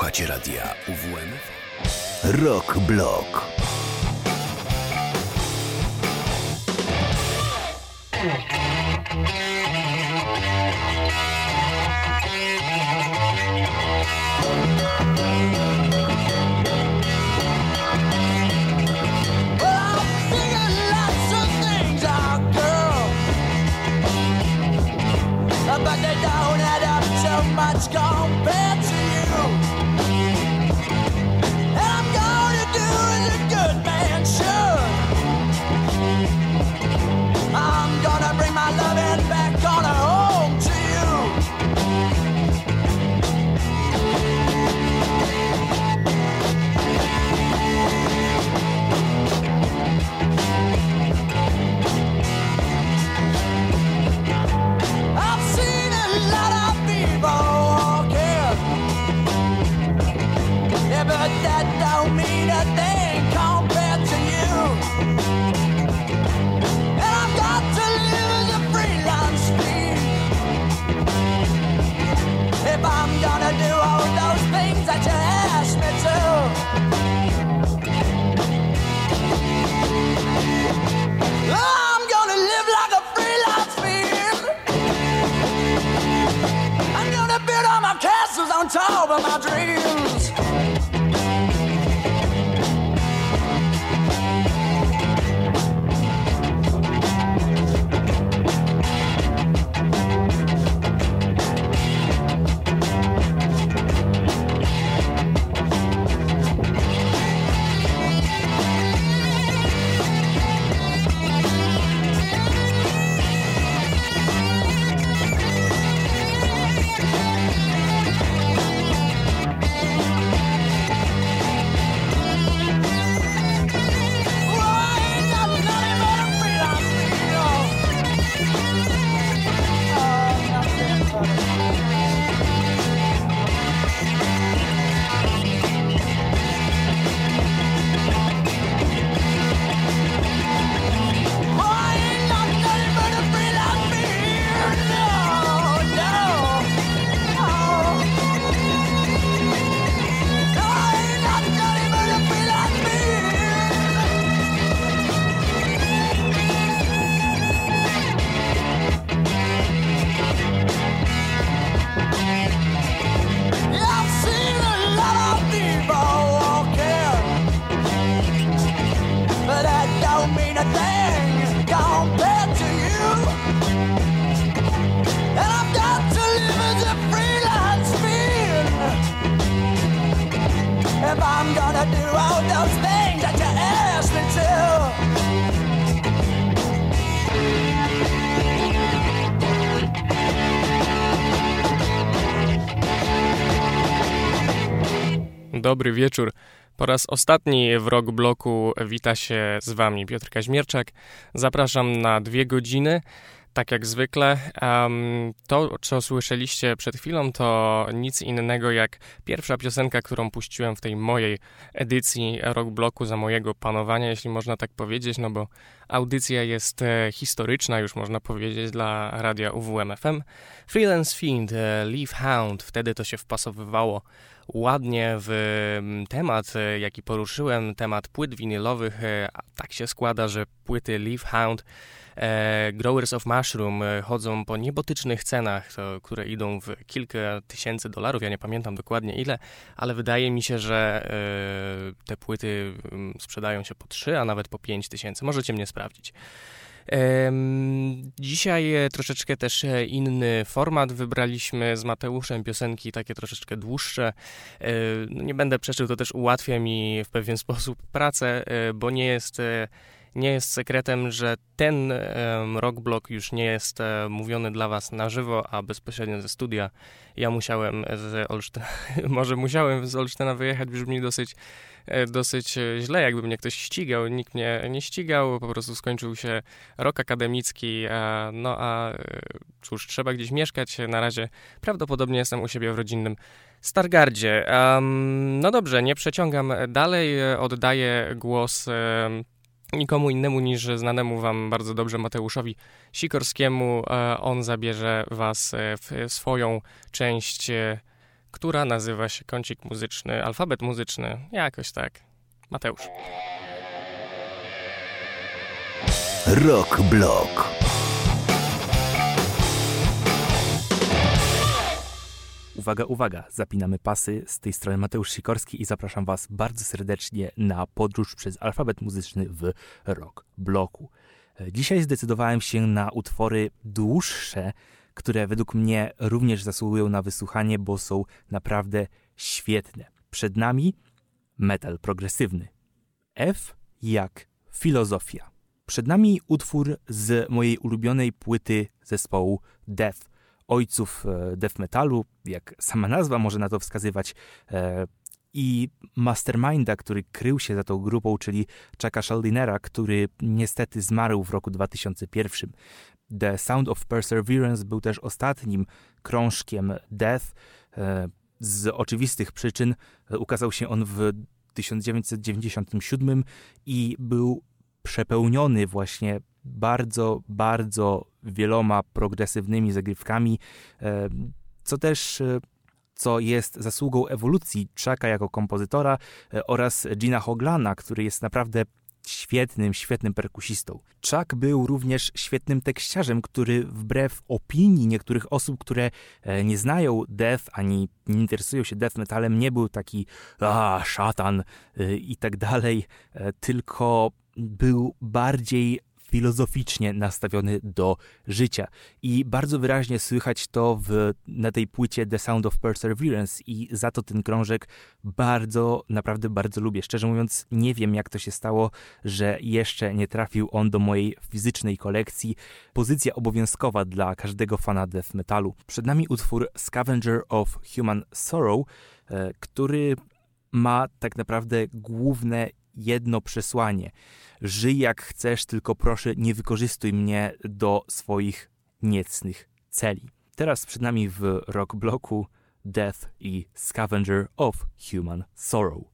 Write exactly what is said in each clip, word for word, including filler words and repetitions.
Słuchacie radia U W M? Rock Block. But they don't add up so much compared to you. And I'm gonna do as a good man should. I'm gonna bring my loving back on home to but that don't mean a thing compared to you. And I've got to live as a freelance thief if I'm gonna do all those things that you asked me to. I'm gonna live like a freelance thief. I'm gonna build all my castles on top of my dreams. Dobry wieczór. Po raz ostatni w Rock Blocku wita się z wami Piotr Kaźmierczak. Zapraszam na dwie godziny, tak jak zwykle. Um, to, co słyszeliście przed chwilą, to nic innego jak pierwsza piosenka, którą puściłem w tej mojej edycji Rock Blocku za mojego panowania, jeśli można tak powiedzieć, no bo audycja jest e, historyczna, już można powiedzieć, dla radia U W M F M. Freelance Fiend, e, Leaf Hound, wtedy to się wpasowywało ładnie w temat, jaki poruszyłem, temat płyt winylowych. Tak się składa, że płyty Leaf Hound, e, Growers of Mushroom e, chodzą po niebotycznych cenach, to, które idą w kilka tysięcy dolarów, ja nie pamiętam dokładnie ile, ale wydaje mi się, że e, te płyty m, sprzedają się po trzy, a nawet po pięć tysięcy. Możecie mnie sprawdzić. Dzisiaj troszeczkę też inny format wybraliśmy z Mateuszem, piosenki takie troszeczkę dłuższe. Nie będę przeczył, to też ułatwia mi w pewien sposób pracę, bo nie jest, nie jest sekretem, że ten Rock Block już nie jest mówiony dla was na żywo, a bezpośrednio ze studia. Ja musiałem z Olsztyna, może musiałem z Olsztyna wyjechać, brzmi dosyć dosyć źle, jakby mnie ktoś ścigał. Nikt mnie nie ścigał, po prostu skończył się rok akademicki, no a cóż, trzeba gdzieś mieszkać. Na razie prawdopodobnie jestem u siebie w rodzinnym Stargardzie. Um, no dobrze, nie przeciągam dalej, oddaję głos um, nikomu innemu niż znanemu wam bardzo dobrze Mateuszowi Sikorskiemu. On zabierze was w swoją część która nazywa się Kącik Muzyczny, Alfabet Muzyczny, jakoś tak. Mateusz. Rock Block. Uwaga, uwaga, zapinamy pasy. Z tej strony Mateusz Sikorski i zapraszam Was bardzo serdecznie na podróż przez alfabet muzyczny w Rock Blocku. Dzisiaj zdecydowałem się na utwory dłuższe, które według mnie również zasługują na wysłuchanie, bo są naprawdę świetne. Przed nami metal progresywny. F jak filozofia. Przed nami utwór z mojej ulubionej płyty zespołu Death, ojców death metalu, jak sama nazwa może na to wskazywać, i masterminda, który krył się za tą grupą, czyli Chucka Schuldinera, który niestety zmarł w roku dwa tysiące pierwszym. The Sound of Perseverance był też ostatnim krążkiem Death. Z oczywistych przyczyn ukazał się on w tysiąc dziewięćset dziewięćdziesiątym siódmym i był przepełniony właśnie bardzo, bardzo wieloma progresywnymi zagrywkami, co też co jest zasługą ewolucji Chucka jako kompozytora oraz Gina Hoglana, który jest naprawdę świetnym, świetnym perkusistą. Chuck był również świetnym tekściarzem, który wbrew opinii niektórych osób, które nie znają death, ani nie interesują się death metalem, nie był taki a, szatan i tak dalej, tylko był bardziej filozoficznie nastawiony do życia. I bardzo wyraźnie słychać to w, na tej płycie The Sound of Perseverance i za to ten krążek bardzo, naprawdę bardzo lubię. Szczerze mówiąc, nie wiem jak to się stało, że jeszcze nie trafił on do mojej fizycznej kolekcji. Pozycja obowiązkowa dla każdego fana death metalu. Przed nami utwór Scavenger of Human Sorrow, e, który ma tak naprawdę główne jedno przesłanie. Żyj jak chcesz, tylko proszę nie wykorzystuj mnie do swoich niecnych celi. Teraz przed nami w Rock Blocku Death i Scavenger of Human Sorrow.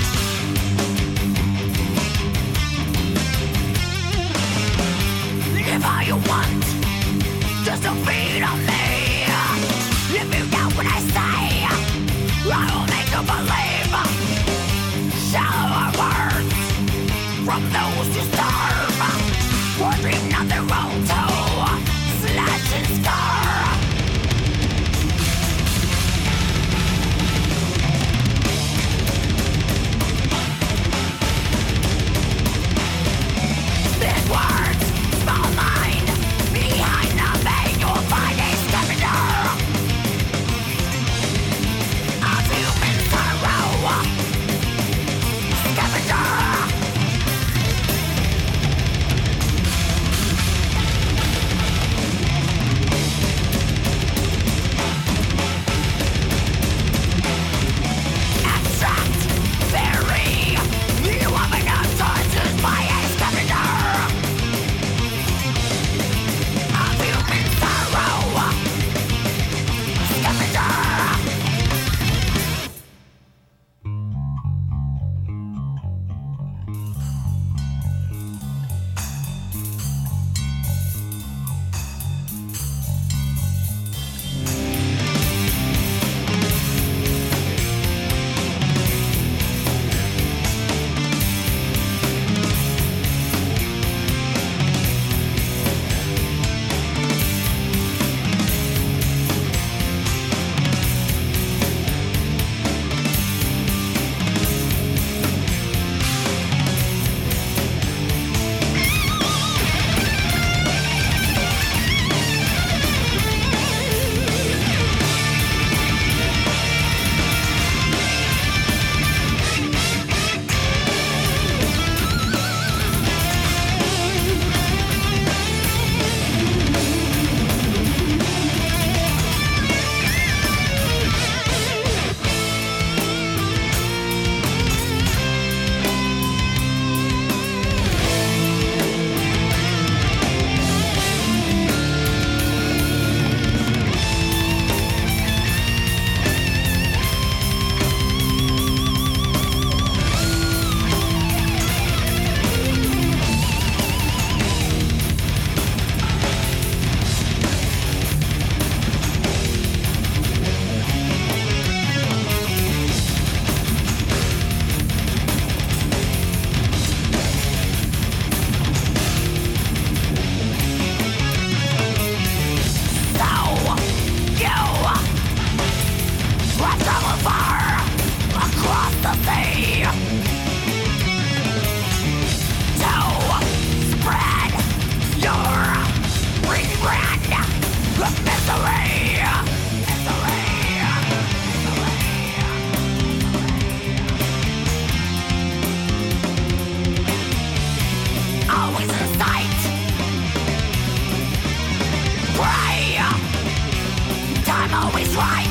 Yeah. always in sight. Pray, time always right.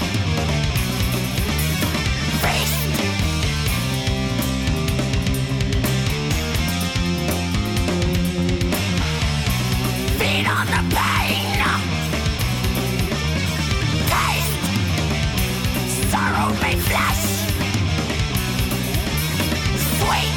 Feast, feed on the pain. Taste, sorrow made flesh. Sweet.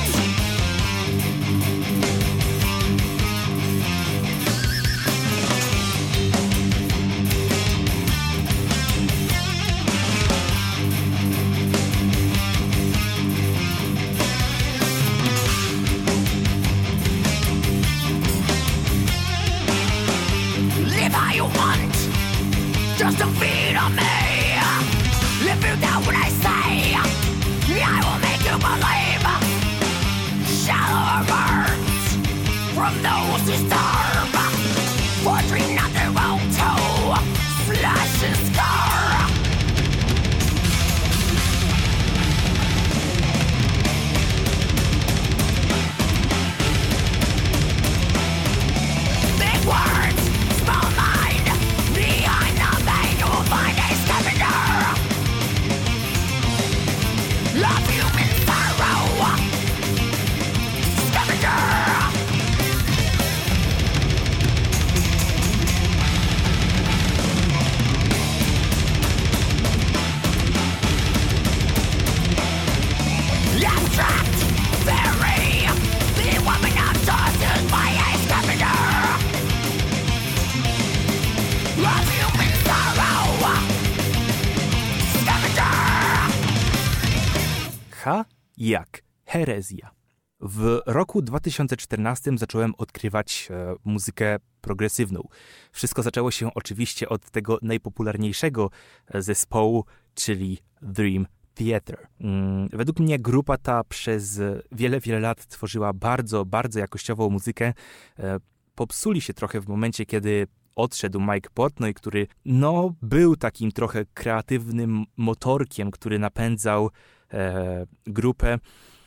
Live how you want, just to feed on me. If you doubt what I say, I will make you believe. Shallower words from those who starve, for dream not their own toe, flesh and scar. Big words, small mind, behind the vein you will find a scavenger of human sorrow. Scavenger. Abstract, very, the woman of tossed by a scavenger of human sorrow. Scavenger. H jak herezja. W roku dwa tysiące czternastym zacząłem odkrywać e, muzykę progresywną. Wszystko zaczęło się oczywiście od tego najpopularniejszego zespołu, czyli Dream Theater. Mm, według mnie grupa ta przez wiele, wiele lat tworzyła bardzo, bardzo jakościową muzykę. E, popsuli się trochę w momencie, kiedy odszedł Mike Portnoy, który no, był takim trochę kreatywnym motorkiem, który napędzał e, grupę.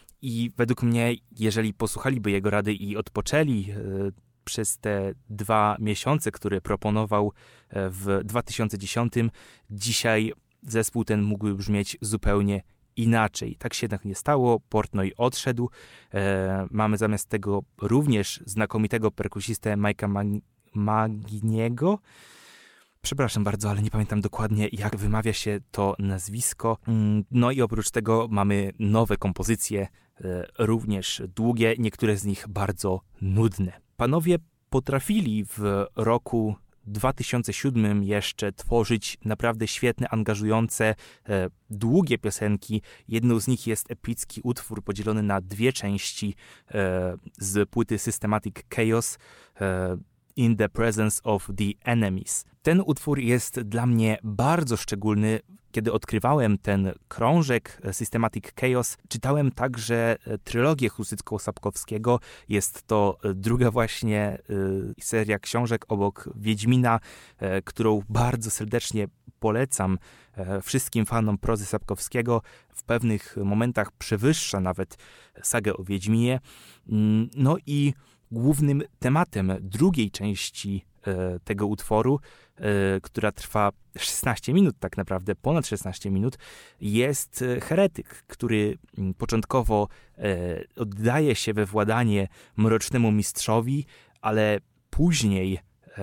I według mnie, jeżeli posłuchaliby jego rady i odpoczęli e, przez te dwa miesiące, które proponował e, w dwa tysiące dziesiątym, dzisiaj zespół ten mógłby brzmieć zupełnie inaczej. Tak się jednak nie stało. Portnoy odszedł. E, mamy zamiast tego również znakomitego perkusistę Mike'a Mag- Maginiego. Przepraszam bardzo, ale nie pamiętam dokładnie, jak wymawia się to nazwisko. No i oprócz tego mamy nowe kompozycje, e, również długie, niektóre z nich bardzo nudne. Panowie potrafili w roku dwa tysiące siódmym jeszcze tworzyć naprawdę świetne, angażujące, e, długie piosenki. Jedną z nich jest epicki utwór podzielony na dwie części e, z płyty Systematic Chaos, e, In the Presence of the Enemies. Ten utwór jest dla mnie bardzo szczególny. Kiedy odkrywałem ten krążek Systematic Chaos, czytałem także trylogię Husycko-Sapkowskiego. Jest to druga właśnie y, seria książek obok Wiedźmina, y, którą bardzo serdecznie polecam y, wszystkim fanom prozy Sapkowskiego. W pewnych momentach przewyższa nawet sagę o Wiedźminie. Y, no i głównym tematem drugiej części e, tego utworu, e, która trwa szesnaście minut tak naprawdę, ponad szesnaście minut, jest heretyk, który początkowo e, oddaje się we władanie mrocznemu mistrzowi, ale później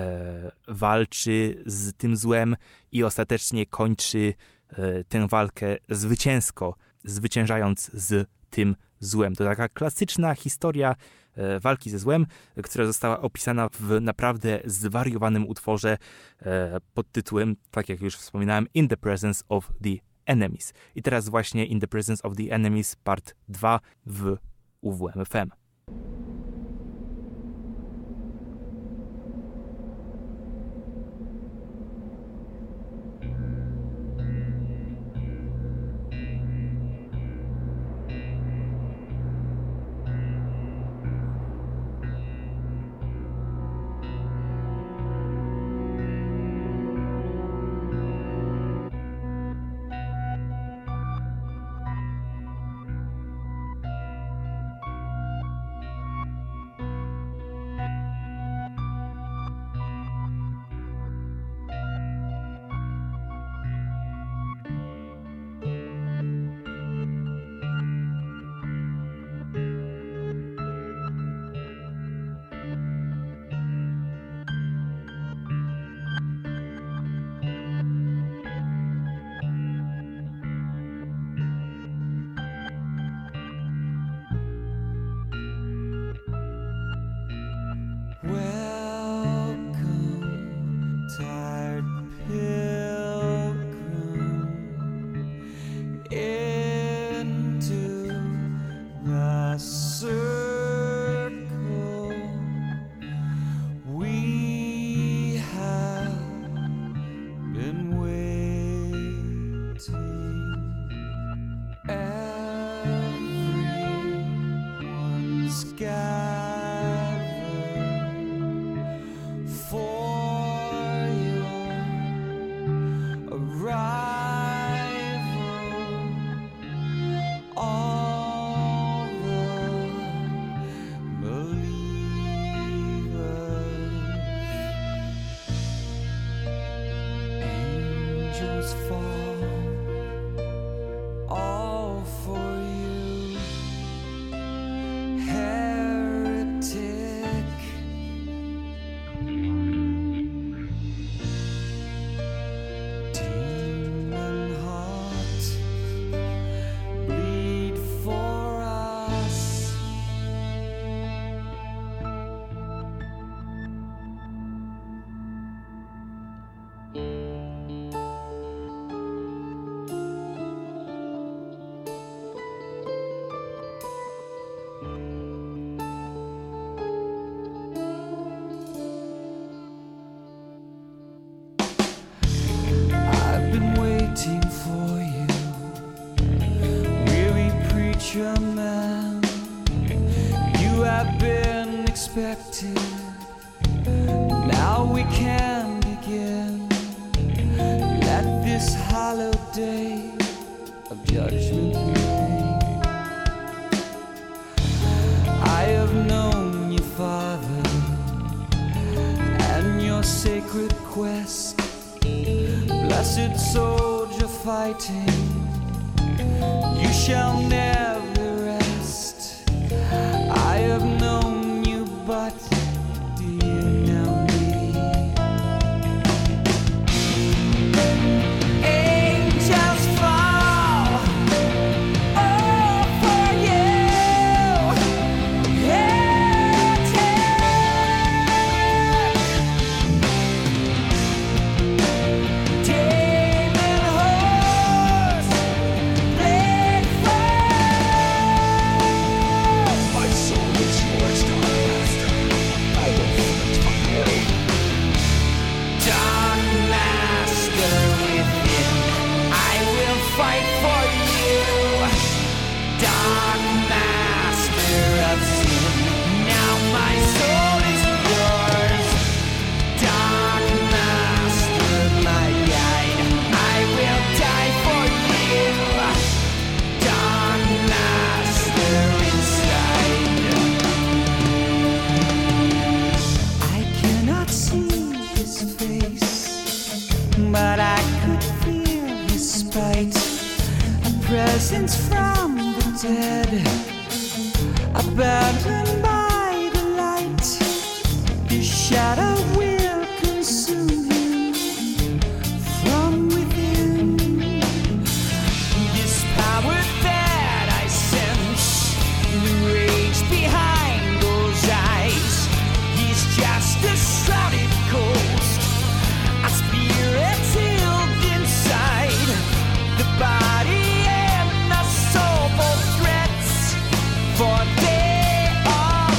e, walczy z tym złem i ostatecznie kończy e, tę walkę zwycięsko, zwyciężając z tym złem. To taka klasyczna historia e, walki ze złem, która została opisana w naprawdę zwariowanym utworze e, pod tytułem, tak jak już wspominałem, In the Presence of the Enemies. I teraz właśnie In the Presence of the Enemies part dwa w U W M F M. expected. Now we can begin. Let this hollow day of judgment remain. I have known you, Father, and your sacred quest. Blessed soldier fighting, you shall never rest. I have known you, but do you know me? Angels fall, oh, for you. Yeah, Demon horse, blade fall. My soul is yours, Dark Master. I will fight for you. Dark Master within, I will fight for you. Dark Master of sin, now my soul is yours. Dark Master, my guide, I will die for you. Dark Master inside. I cannot see his face, but I could feel his spite. A presence from the dead, abandoned by the light. His shadow will consume him from within. This power that I sense, the rage behind those eyes. He's just a shrouded ghost, a spirit sealed inside. The body and the soul both threats, for they are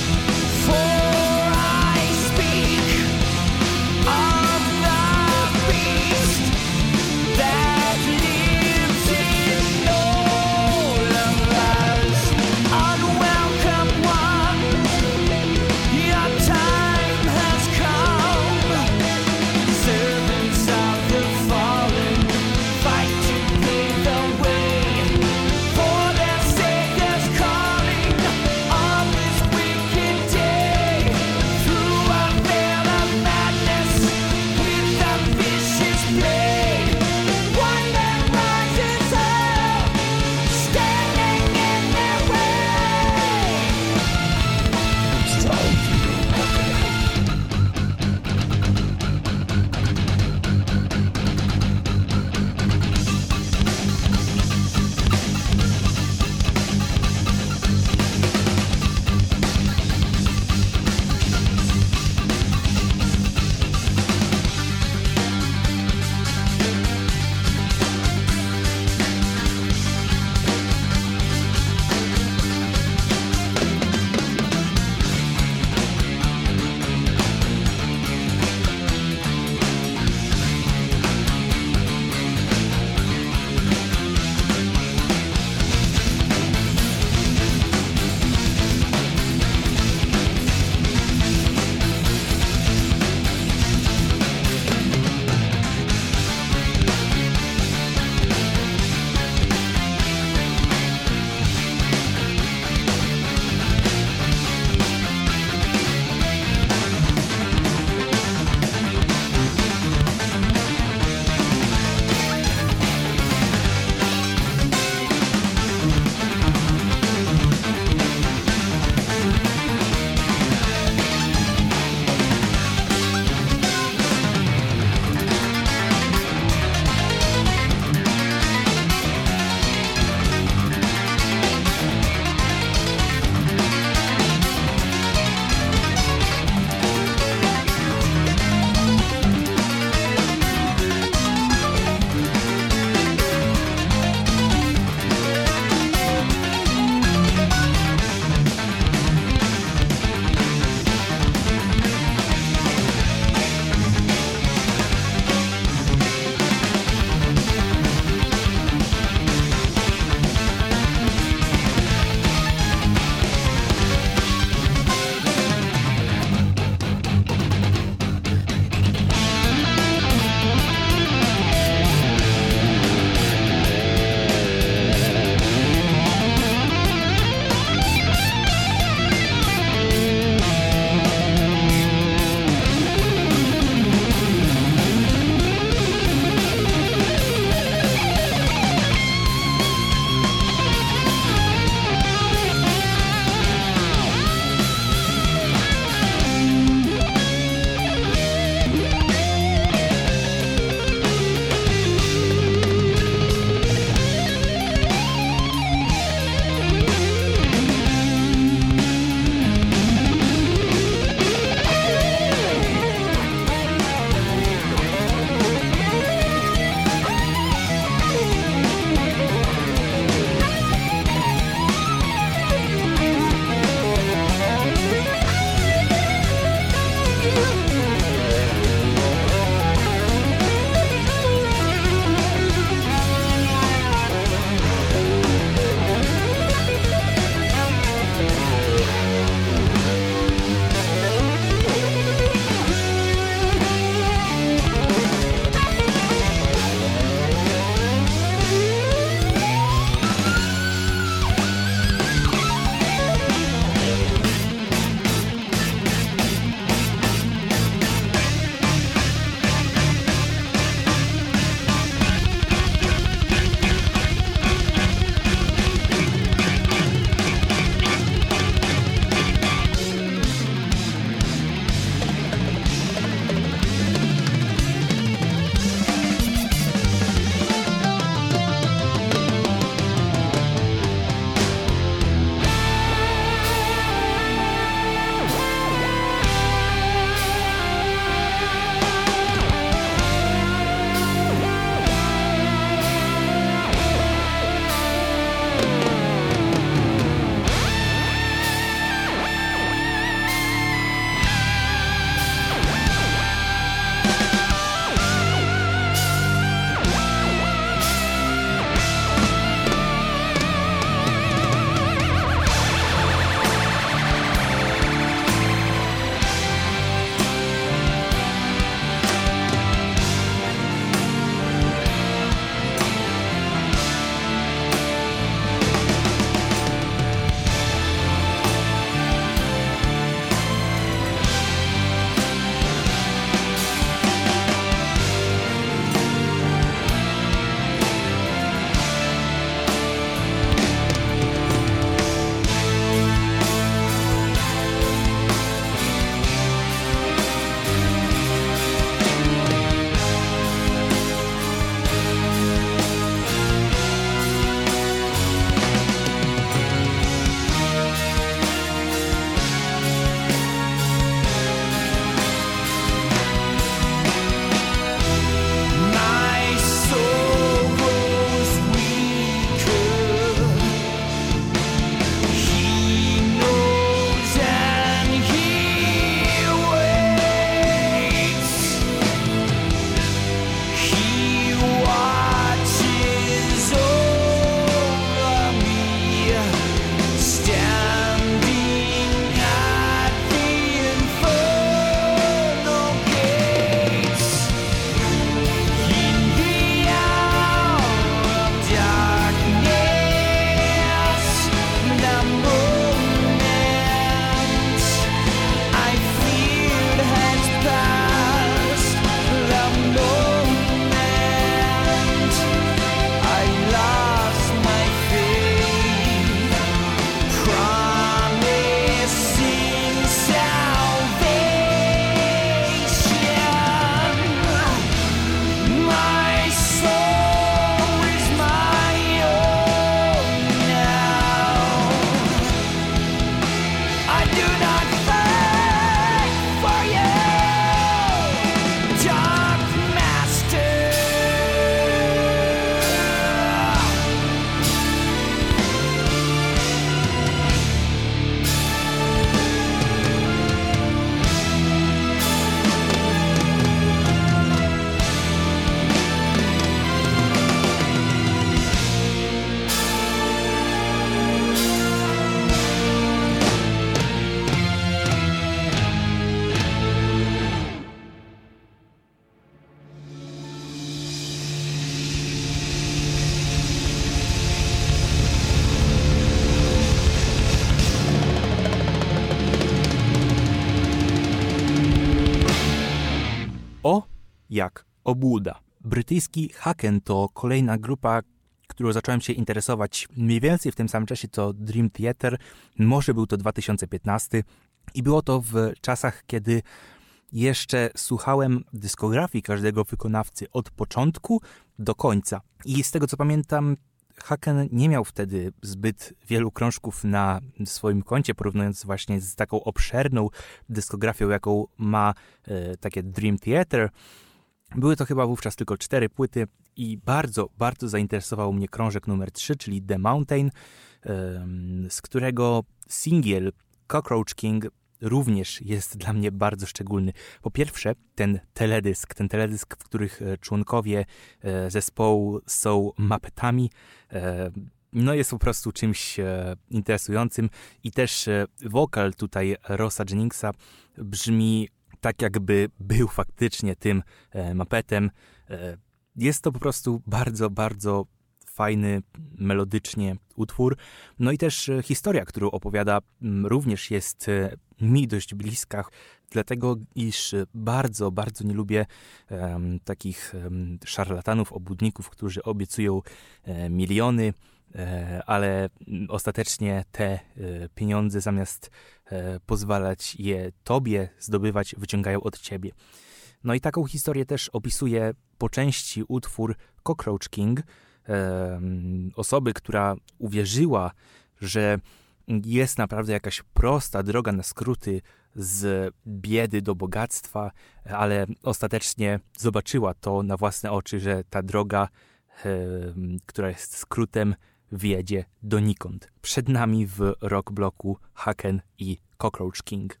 O jak obłuda. Brytyjski Haken to kolejna grupa, którą zacząłem się interesować mniej więcej w tym samym czasie co Dream Theater. Może był to dwa tysiące piętnasty i było to w czasach, kiedy jeszcze słuchałem dyskografii każdego wykonawcy od początku do końca. I z tego co pamiętam, Haken nie miał wtedy zbyt wielu krążków na swoim koncie, porównując właśnie z taką obszerną dyskografią, jaką ma e, takie Dream Theater. Były to chyba wówczas tylko cztery płyty i bardzo, bardzo zainteresował mnie krążek numer trzy, czyli The Mountain, z którego singiel Cockroach King również jest dla mnie bardzo szczególny. Po pierwsze, ten teledysk, ten teledysk, w których członkowie zespołu są Muppetami, no jest po prostu czymś interesującym i też wokal tutaj Rossa Jenningsa brzmi tak, jakby był faktycznie tym e, Muppetem. E, jest to po prostu bardzo, bardzo fajny, melodycznie utwór. No i też e, historia, którą opowiada, m, również jest e, mi dość bliska, dlatego iż bardzo, bardzo nie lubię e, takich e, szarlatanów, obłudników, którzy obiecują e, miliony, ale ostatecznie te pieniądze zamiast pozwalać je tobie zdobywać, wyciągają od ciebie. No i taką historię też opisuje po części utwór Cockroach King, osoby, która uwierzyła, że jest naprawdę jakaś prosta droga na skróty z biedy do bogactwa, ale ostatecznie zobaczyła to na własne oczy, że ta droga, która jest skrótem, wiedzie donikąd. Przed nami w rock bloku Haken i Cockroach King.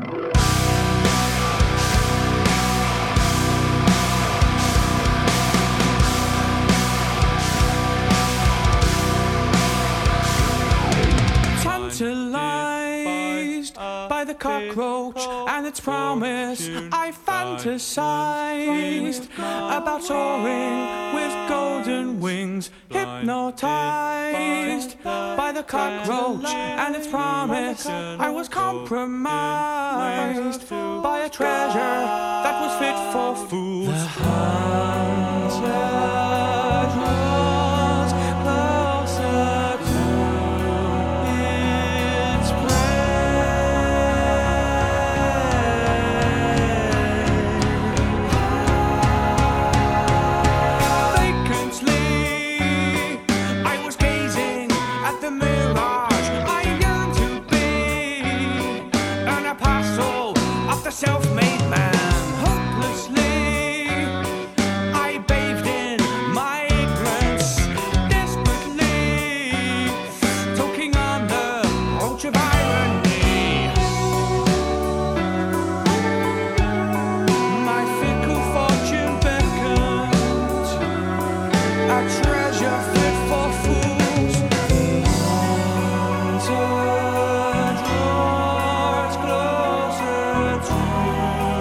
Tantalized by the cockroach and its promise, I fantasized about soaring with golden wings. Hypnotized by the cockroach and its promise, I was compromised by a treasure that was fit for fools. The hunter draws closer to its self-made man. Hopelessly I bathed in my ignorance, desperately talking on the approach of irony. My fickle fortune beckoned, a treasure fit for fools. Haunted hearts closer to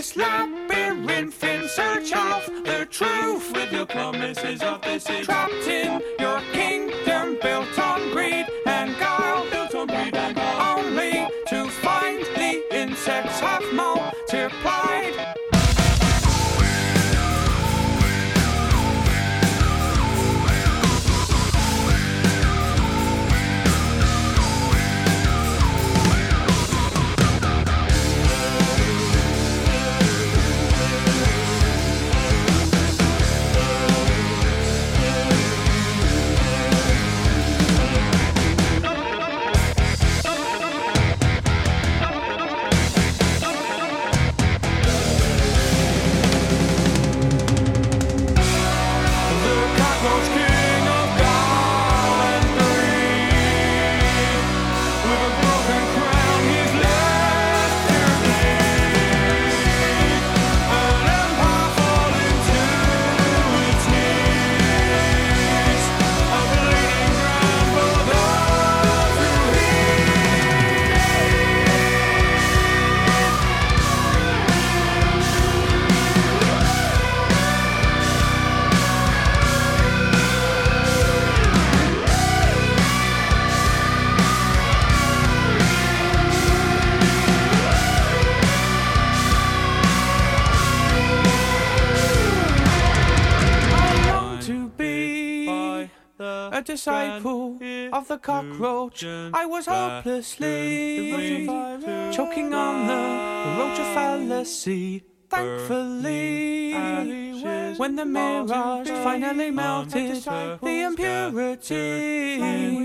this labyrinth in search of the truth, with your promises of deceit, trapped in your kingdom built on greed and guile, built on greed and guile, only to find the insects have multiplied. A disciple of the cockroach, I was hopelessly choking on the roach of fallacy. Thankfully, when the mirage finally melted, the impurity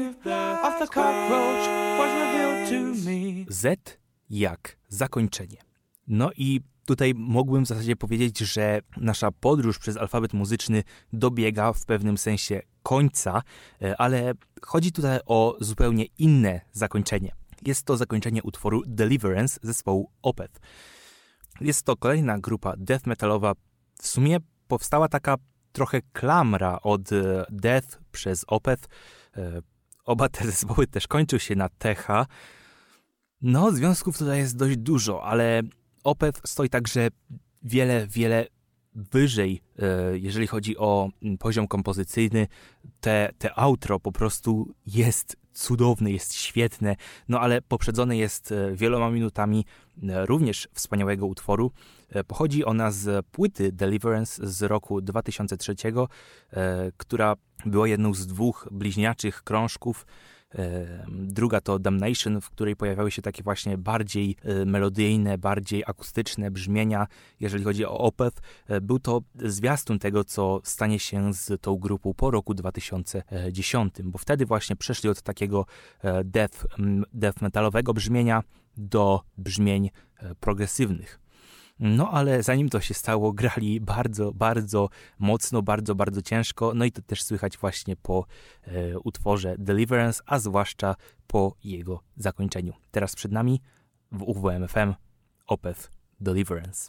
of the cockroach was revealed to me. Z jak zakończenie. No i tutaj mógłbym w zasadzie powiedzieć, że nasza podróż przez alfabet muzyczny dobiega w pewnym sensie końca, ale chodzi tutaj o zupełnie inne zakończenie. Jest to zakończenie utworu Deliverance zespołu Opeth. Jest to kolejna grupa death metalowa. W sumie powstała taka trochę klamra od death przez Opeth. Oba te zespoły też kończą się na techa. No, związków tutaj jest dość dużo, ale Opeth stoi także wiele, wiele wyżej, jeżeli chodzi o poziom kompozycyjny. Te, te outro po prostu jest cudowne, jest świetne, no ale poprzedzone jest wieloma minutami również wspaniałego utworu. Pochodzi ona z płyty Deliverance z roku dwa tysiące trzeciego, która była jedną z dwóch bliźniaczych krążków. Druga to Damnation, w której pojawiały się takie właśnie bardziej melodyjne, bardziej akustyczne brzmienia, jeżeli chodzi o Opeth. Był to zwiastun tego, co stanie się z tą grupą po roku dwa tysiące dziesiątym, bo wtedy właśnie przeszli od takiego death, death metalowego brzmienia do brzmień progresywnych. No ale zanim to się stało, grali bardzo, bardzo mocno, bardzo, bardzo ciężko, no i to też słychać właśnie po e, utworze Deliverance, a zwłaszcza po jego zakończeniu. Teraz przed nami w U W M F M Opeth Deliverance.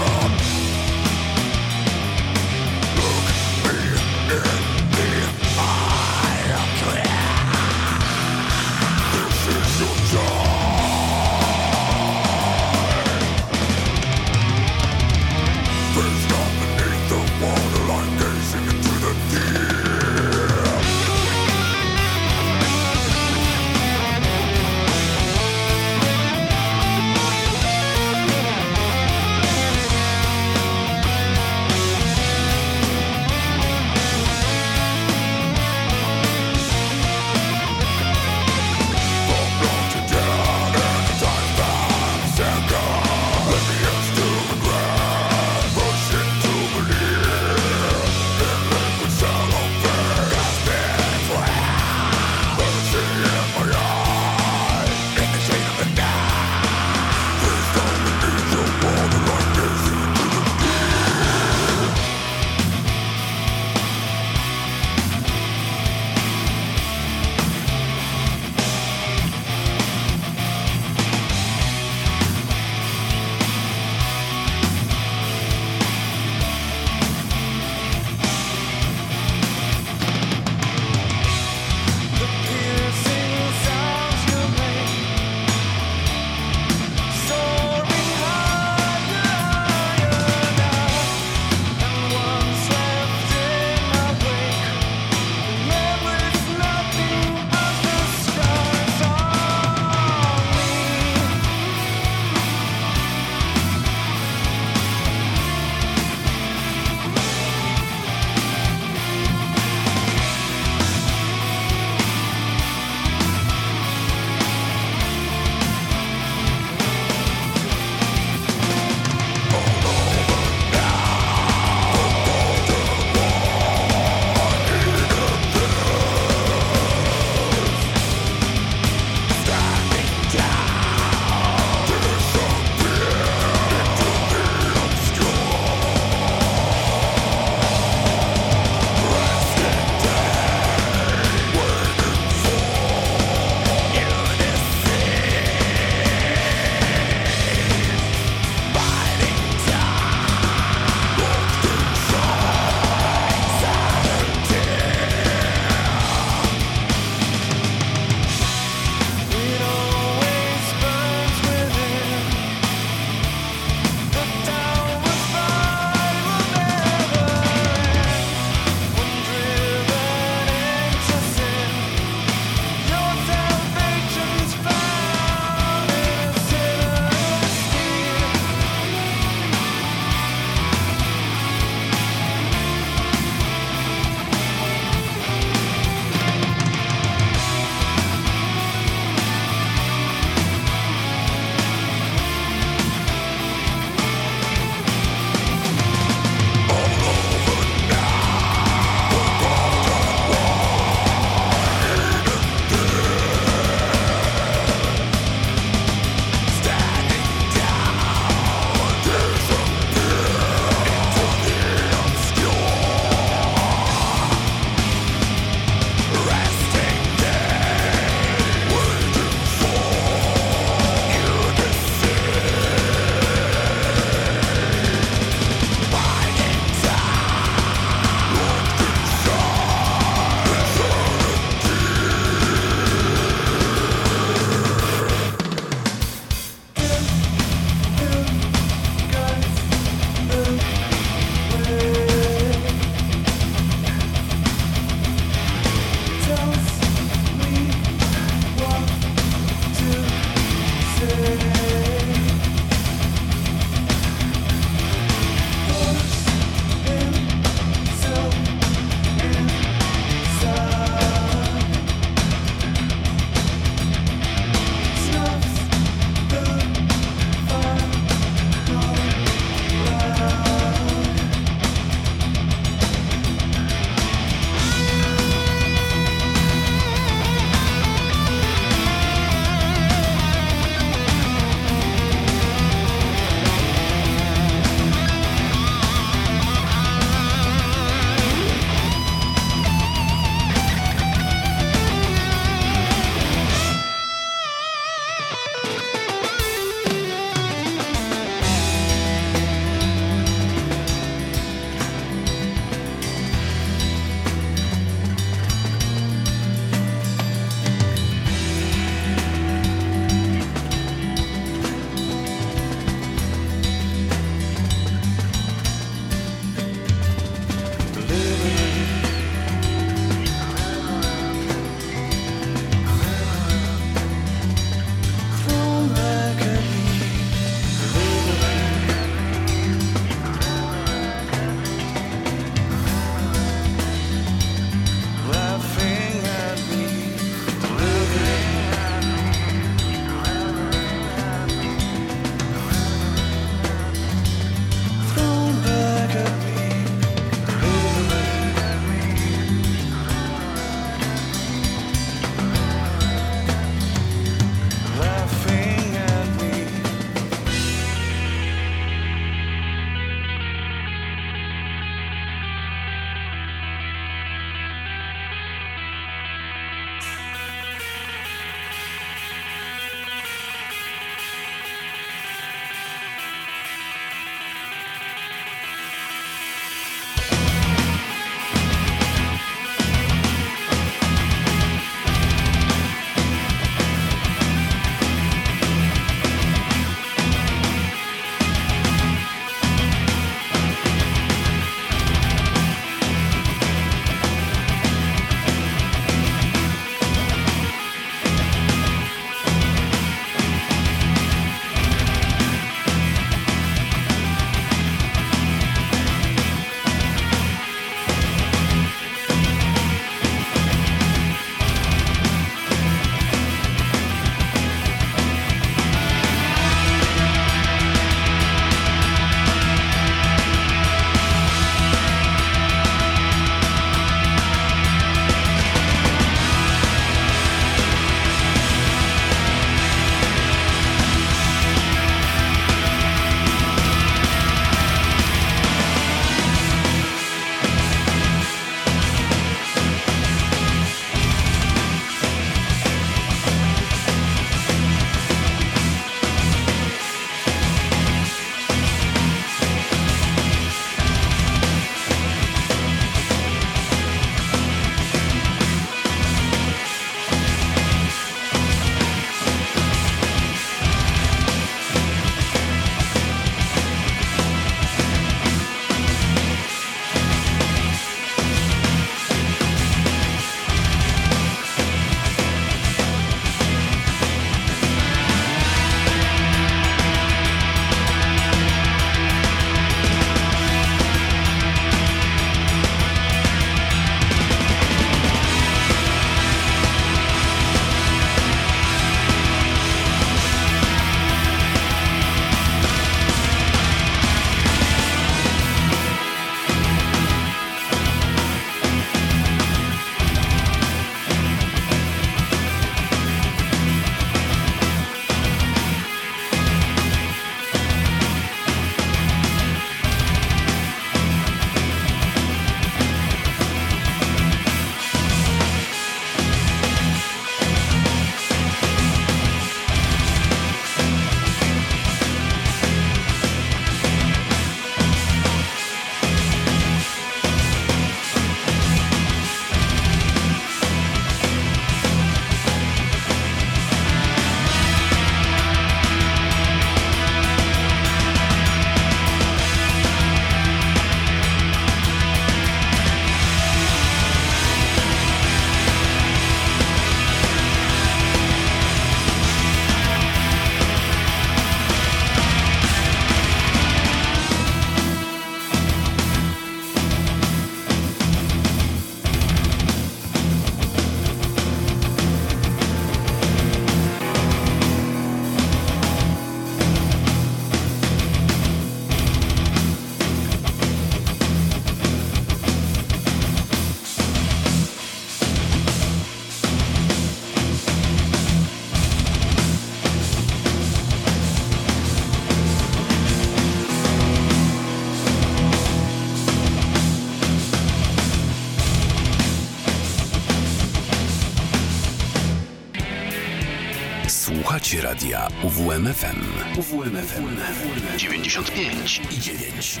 Słuchacie radia U W M F M. U W M F M dziewięćdziesiąt pięć i dziewięć.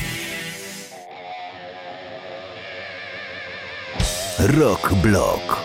Rock Block.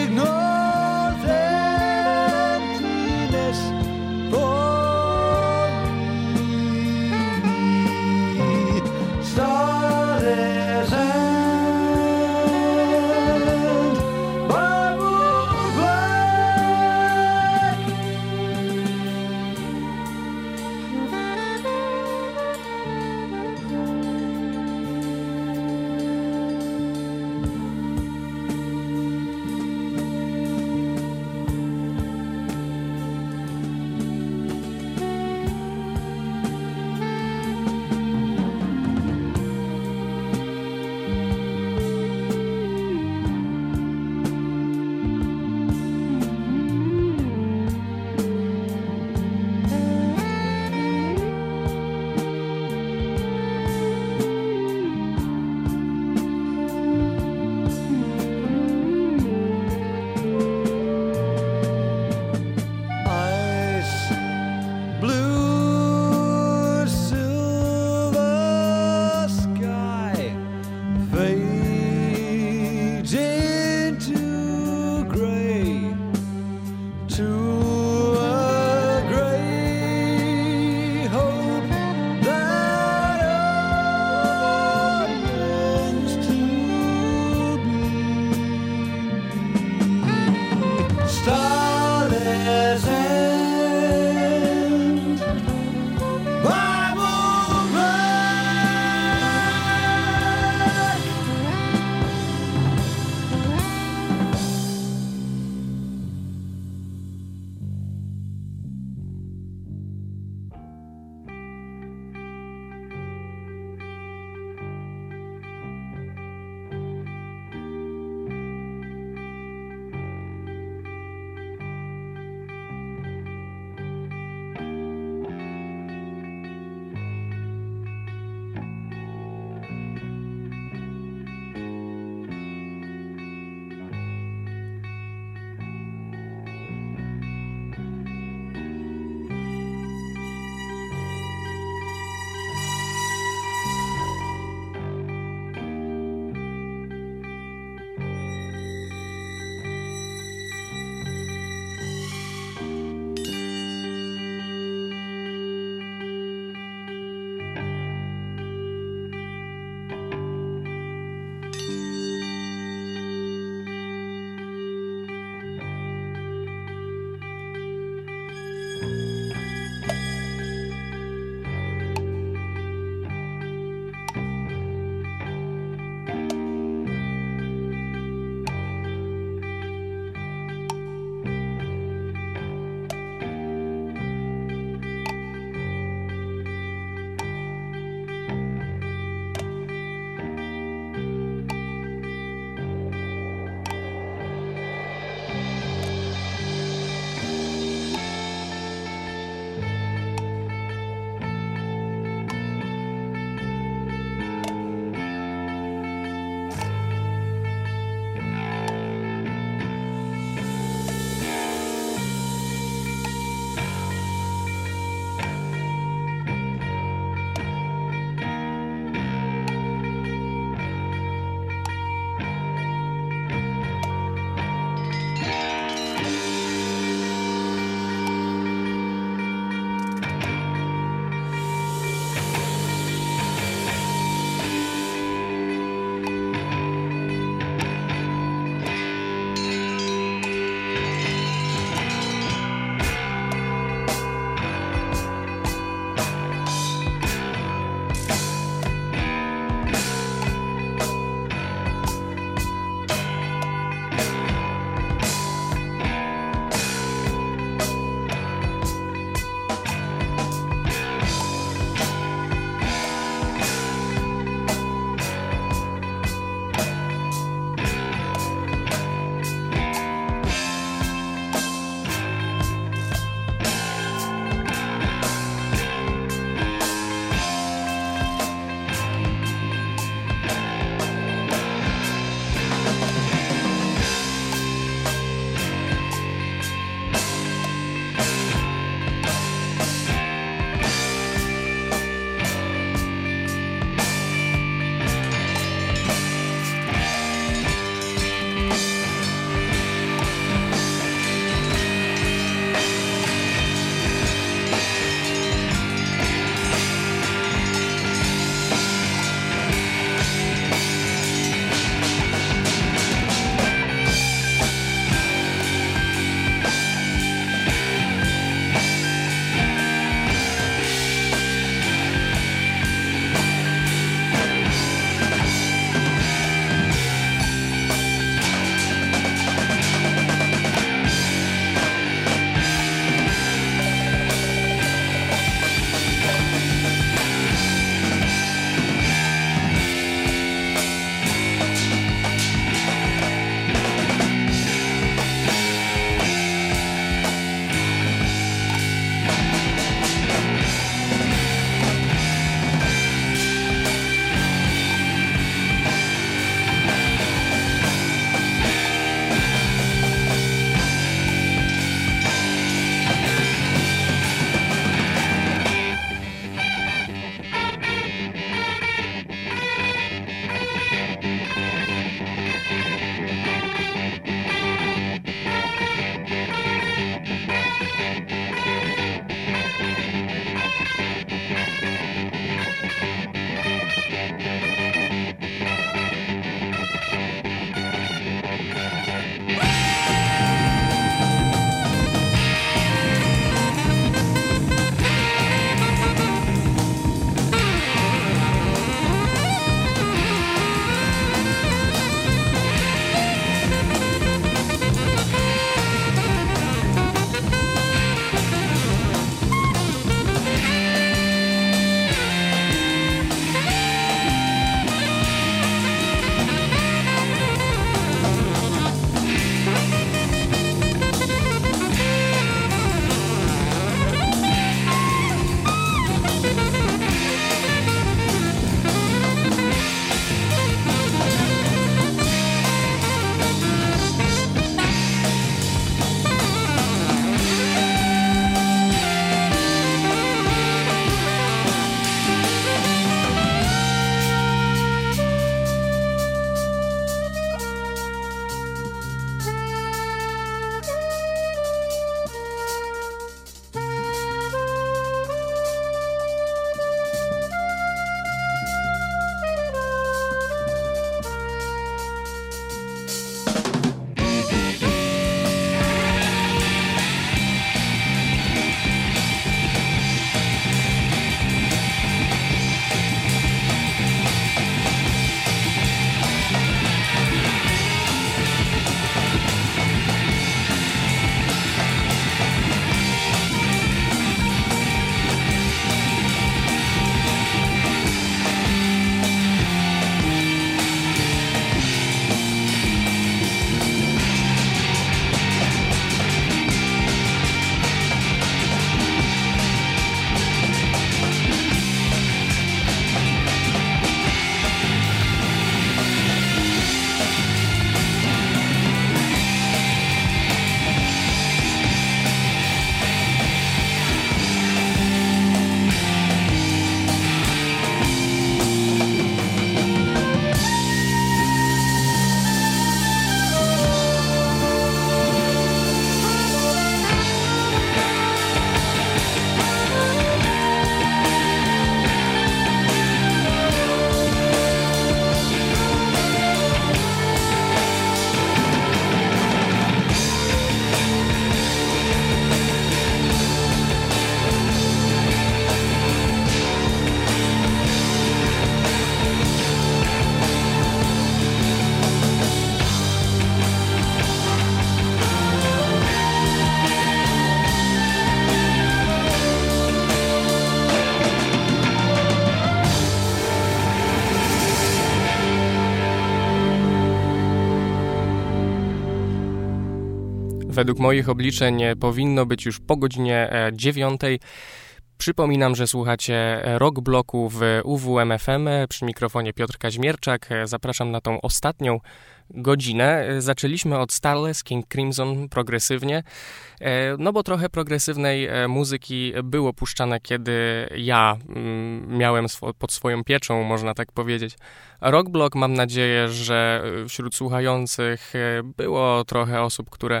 według moich obliczeń powinno być już po godzinie dziewiątej. Przypominam, że słuchacie Rock Bloku w U W M F M. Przy mikrofonie Piotr Kaźmierczak. Zapraszam na tą ostatnią godzinę. Zaczęliśmy od Starless, King Crimson, progresywnie, no bo trochę progresywnej muzyki było puszczane, kiedy ja miałem swo- pod swoją pieczą, można tak powiedzieć, Rock Block. Mam nadzieję, że wśród słuchających było trochę osób, które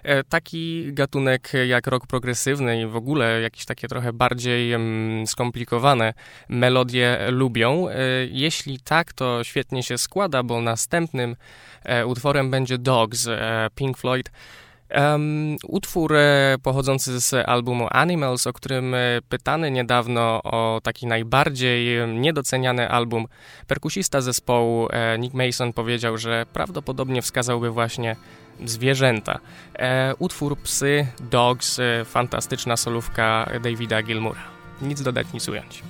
taki gatunek jak rock progresywny i w ogóle jakieś takie trochę bardziej skomplikowane melodie lubią. Jeśli tak, to świetnie się składa, bo następnym utworem będzie Dogs, Pink Floyd. Um, utwór e, pochodzący z albumu Animals, o którym e, pytany niedawno o taki najbardziej e, niedoceniany album perkusista zespołu e, Nick Mason powiedział, że prawdopodobnie wskazałby właśnie zwierzęta. E, utwór Psy, Dogs, e, fantastyczna solówka Davida Gilmoura. Nic dodać, nic ująć.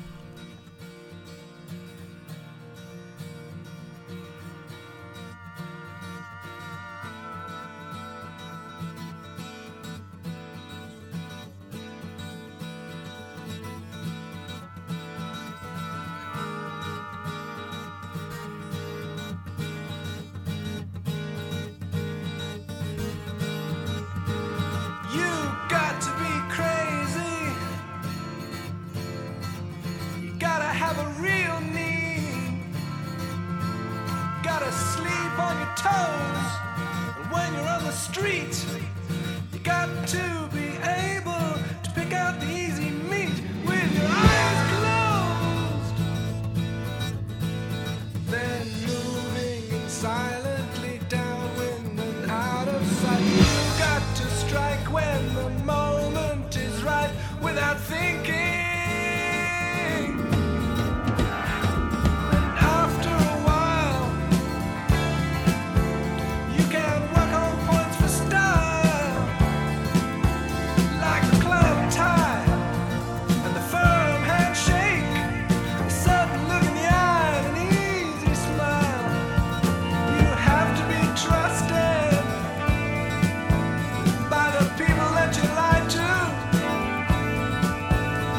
By the people that you lie to.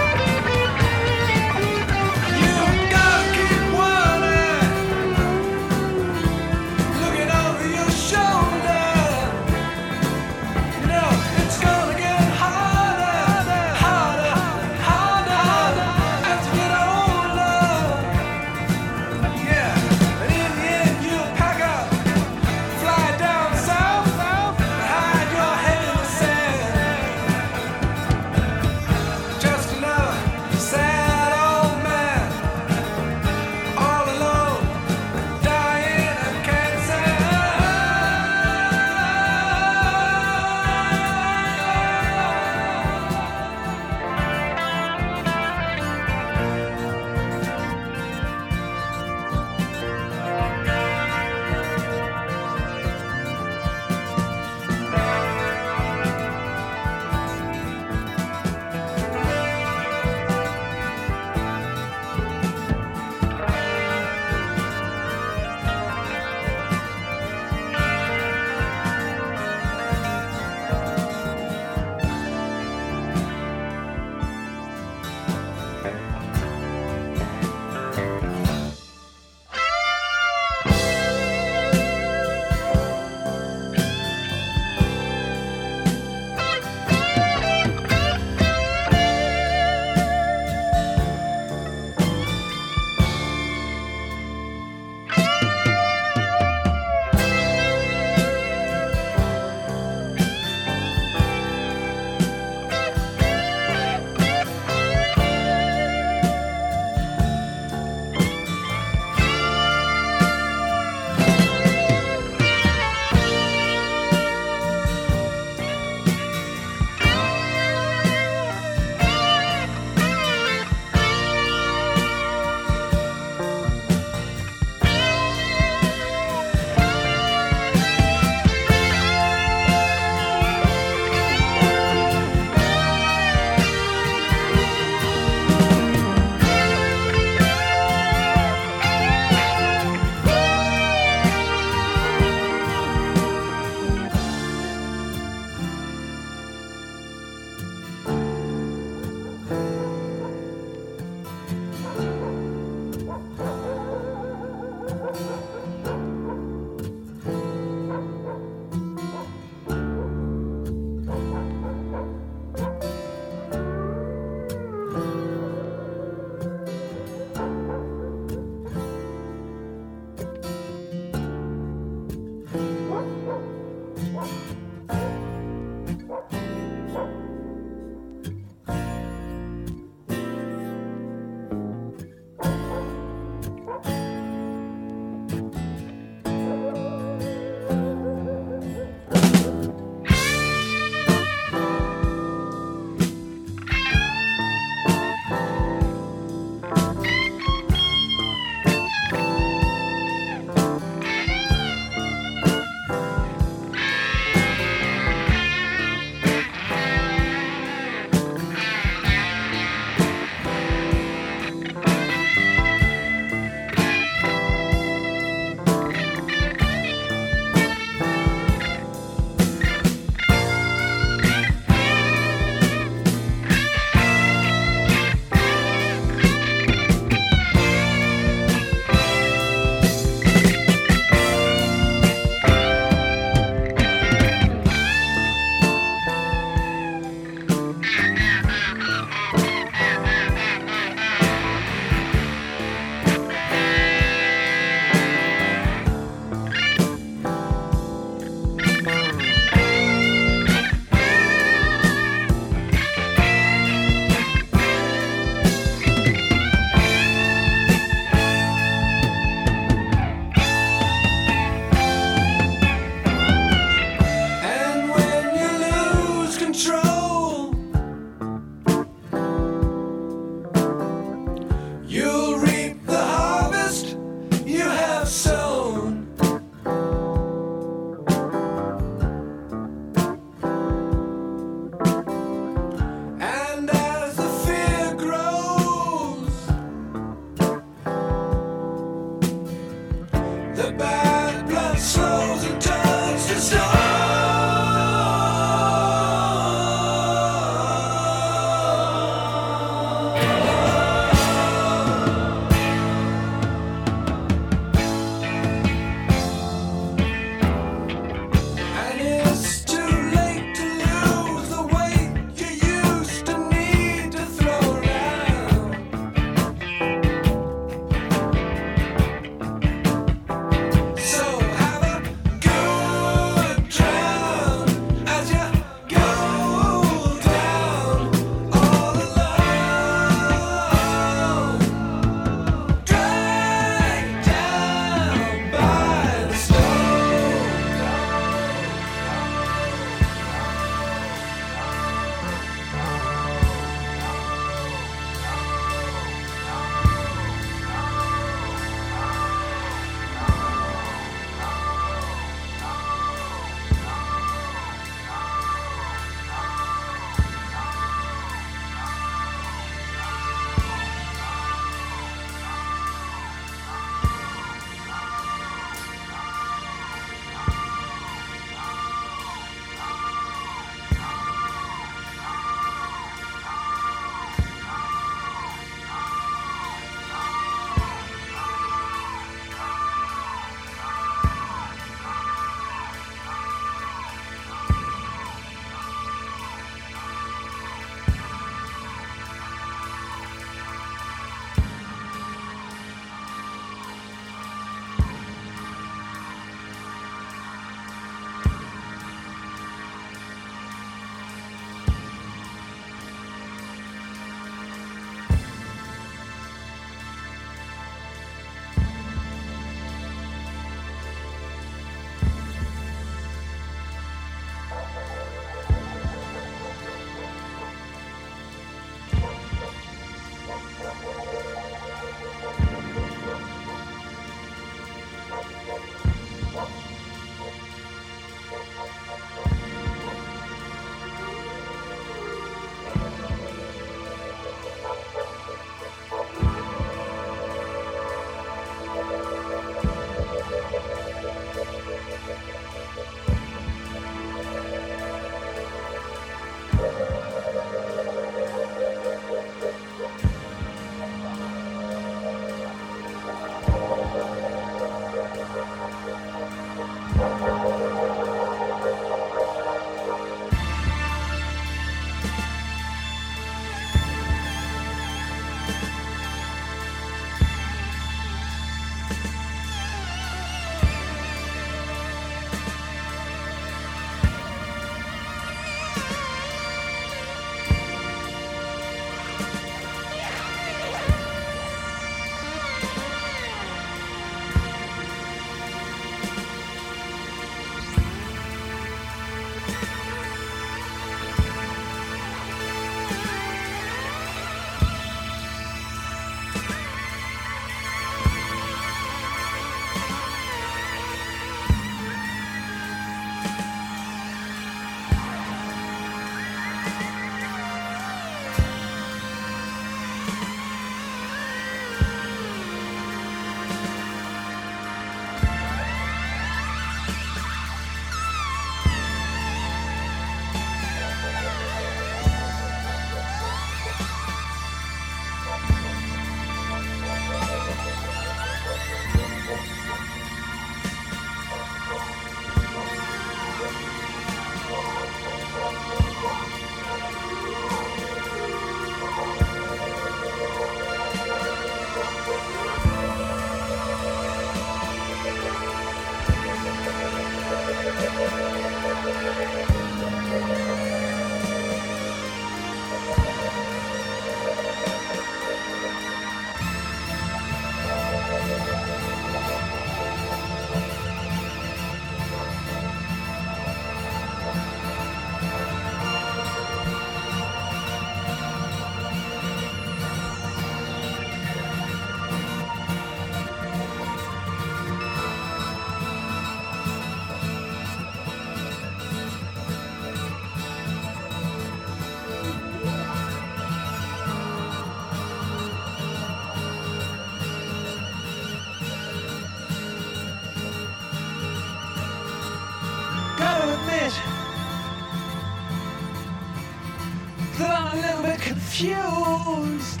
confused.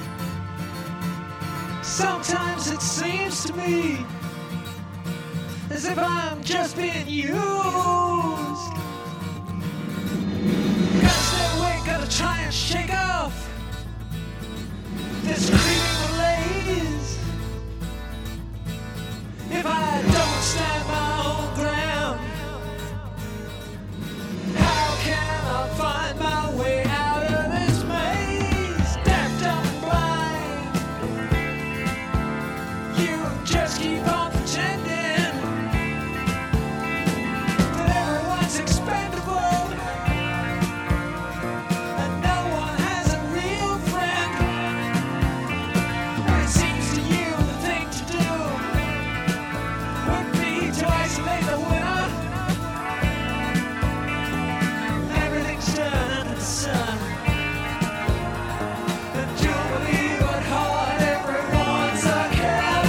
Sometimes it seems to me as if I'm just being used. Gotta stay awake, gotta try and shake off this creeping malaise. If I don't stand my own ground, how can I find my way out of this maze? Deaf, dumb, and blind, you just keep on pretending that everyone's expendable and no one has a real friend. It seems to you the thing to do would be to isolate the winner. Everything's done under the sun, and you'll believe what heart everyone's a killer.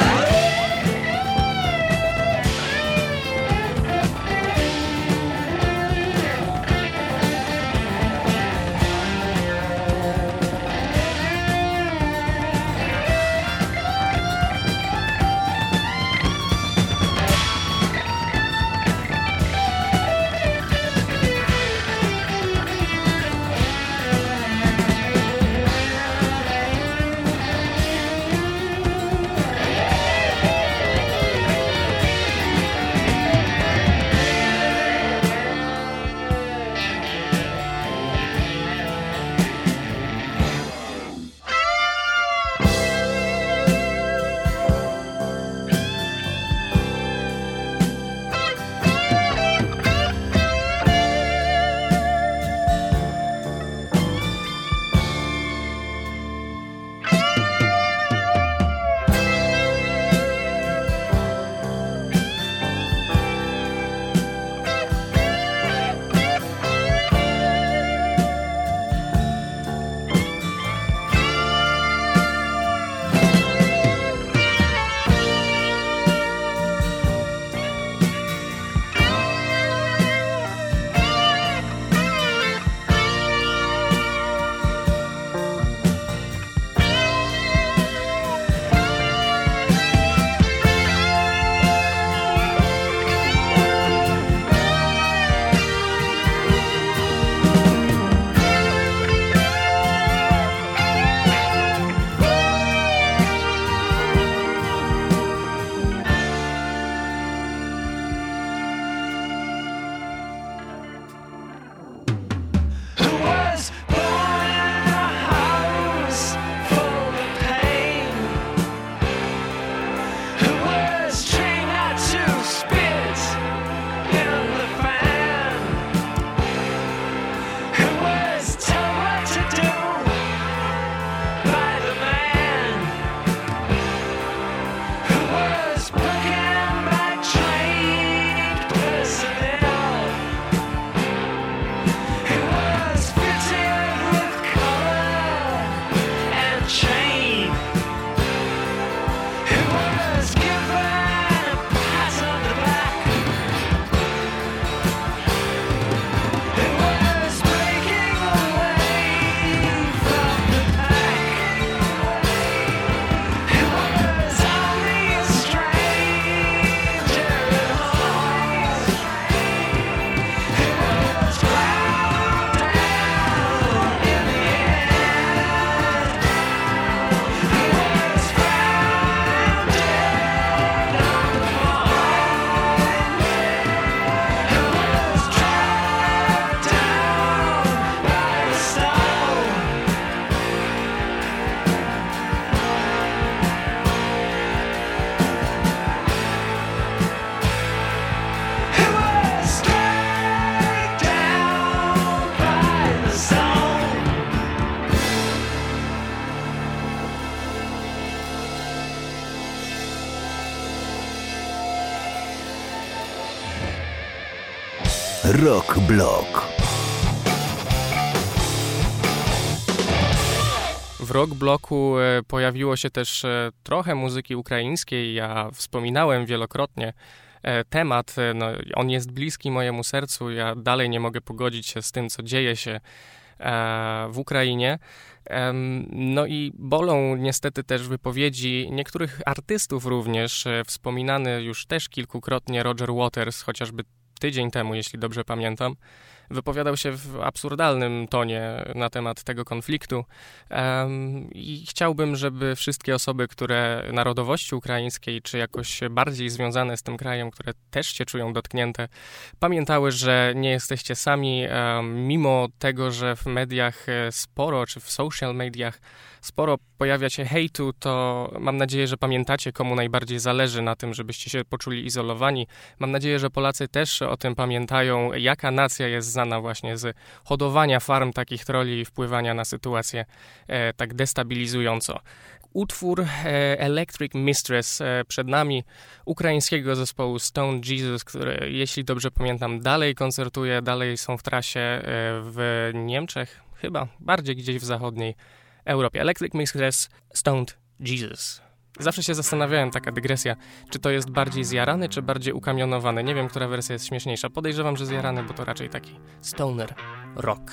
Who was born in a house full of pain? Who was trained not to spit in the fan? Who was told what to do by the man? Who was broken by trained personnel? Who was fitted with collar and chain? Who was given a pat on the back? Who was breaking away from the pack? Who was only a stranger at home? Who was ground down in the end? Who was found dead on the phone? Who was tracked down by the stone? Who was struck down by the stone? Rock Block. W rock bloku e, pojawiło się też e, trochę muzyki ukraińskiej. Ja wspominałem wielokrotnie e, temat, e, no, on jest bliski mojemu sercu. Ja dalej nie mogę pogodzić się z tym, co dzieje się w Ukrainie. No i bolą niestety też wypowiedzi niektórych artystów również, wspominany już też kilkukrotnie Roger Waters, chociażby tydzień temu, jeśli dobrze pamiętam, wypowiadał się w absurdalnym tonie na temat tego konfliktu um, i chciałbym, żeby wszystkie osoby, które narodowości ukraińskiej, czy jakoś bardziej związane z tym krajem, które też się czują dotknięte, pamiętały, że nie jesteście sami, um, mimo tego, że w mediach sporo, czy w social mediach sporo pojawia się hejtu, to mam nadzieję, że pamiętacie, komu najbardziej zależy na tym, żebyście się poczuli izolowani. Mam nadzieję, że Polacy też o tym pamiętają, jaka nacja jest znana właśnie z hodowania farm takich troli i wpływania na sytuację e, tak destabilizująco. Utwór e, Electric Mistress e, przed nami, ukraińskiego zespołu Stone Jesus, który, jeśli dobrze pamiętam, dalej koncertuje, dalej są w trasie e, w Niemczech, chyba bardziej gdzieś w zachodniej Europie. Electric Mistress, Stoned Jesus. Zawsze się zastanawiałem, taka dygresja, czy to jest bardziej zjarany, czy bardziej ukamionowany. Nie wiem, która wersja jest śmieszniejsza. Podejrzewam, że zjarany, bo to raczej taki stoner rock.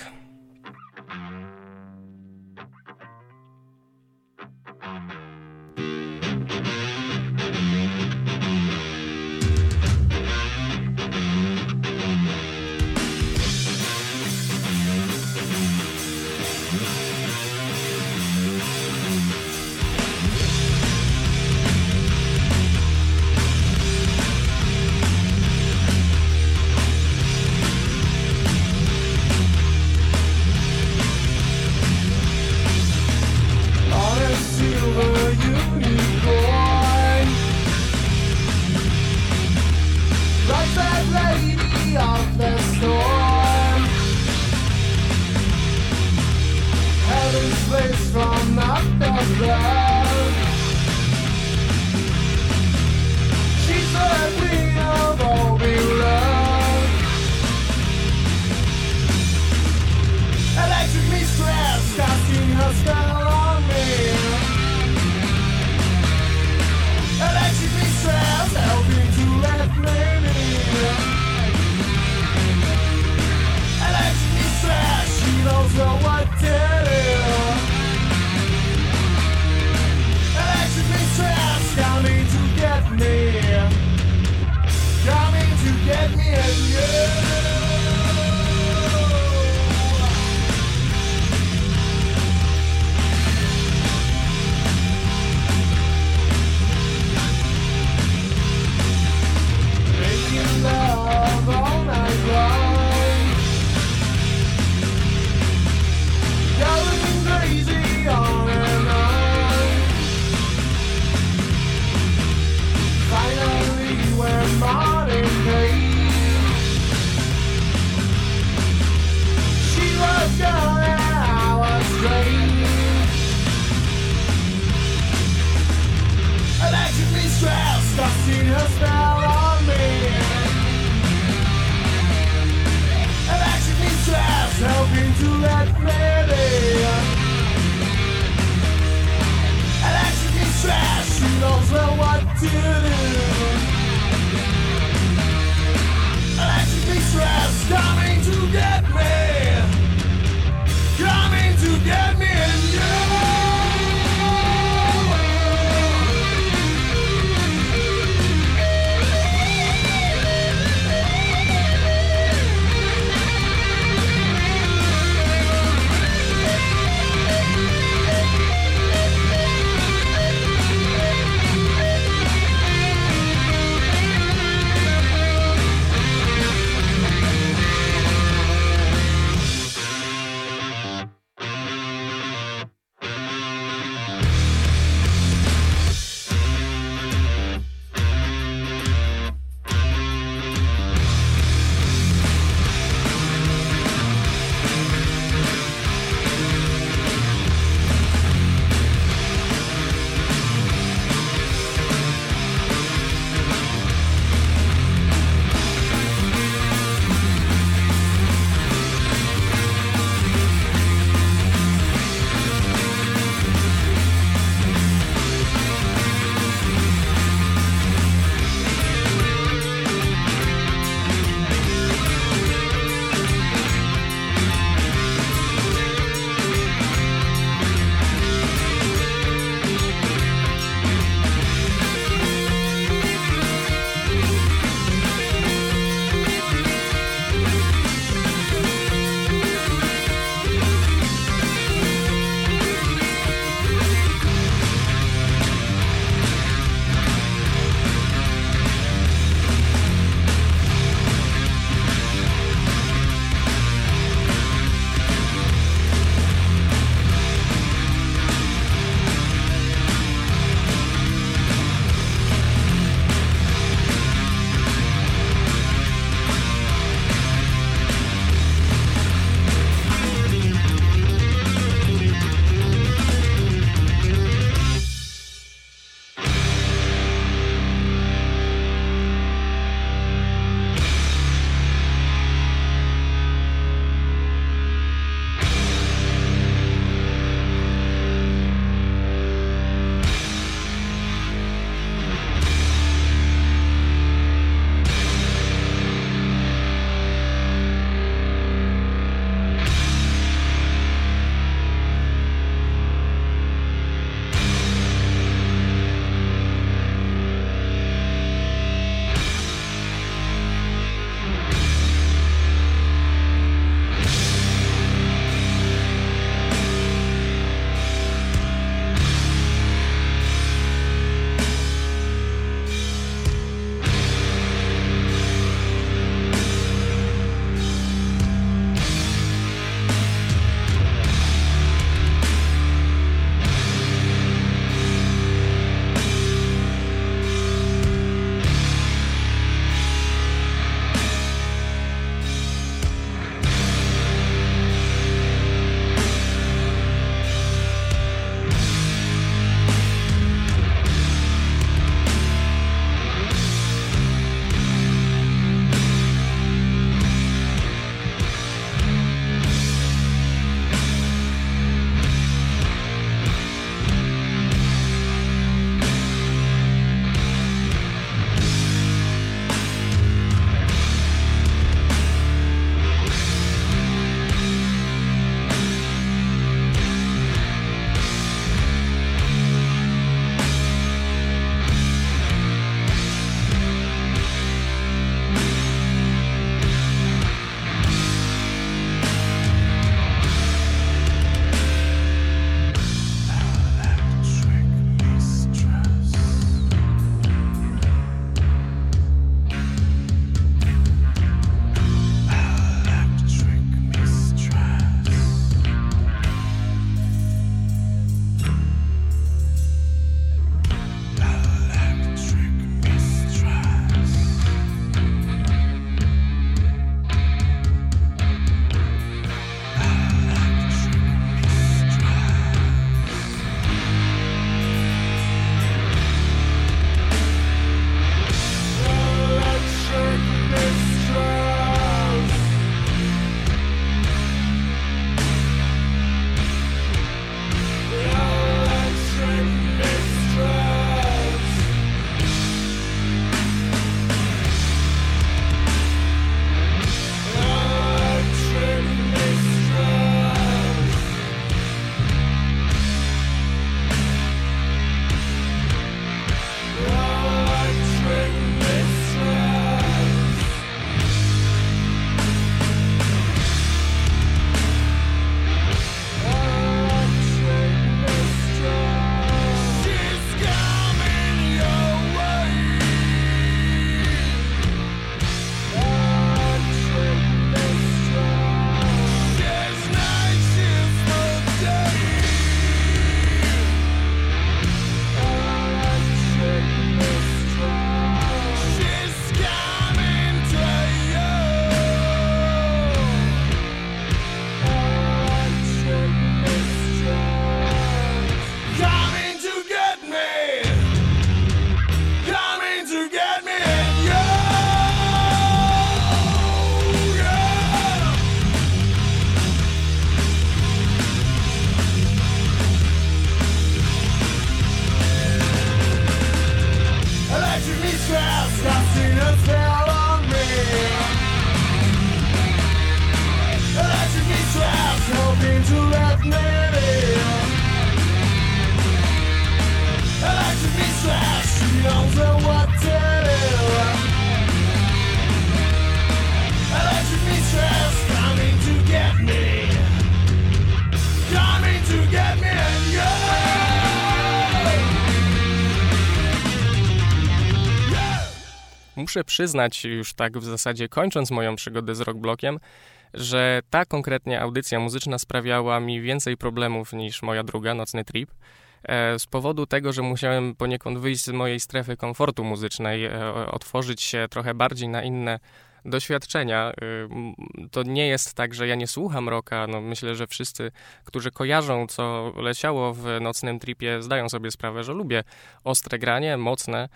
muszę przyznać już tak w zasadzie kończąc moją przygodę z rockblokiem, że ta konkretnie audycja muzyczna sprawiała mi więcej problemów niż moja druga, Nocny Trip, z powodu tego, że musiałem poniekąd wyjść z mojej strefy komfortu muzycznej, otworzyć się trochę bardziej na inne doświadczenia. To nie jest tak, że ja nie słucham rocka. No, myślę, że wszyscy, którzy kojarzą, co leciało w Nocnym Tripie, zdają sobie sprawę, że lubię ostre granie, mocne.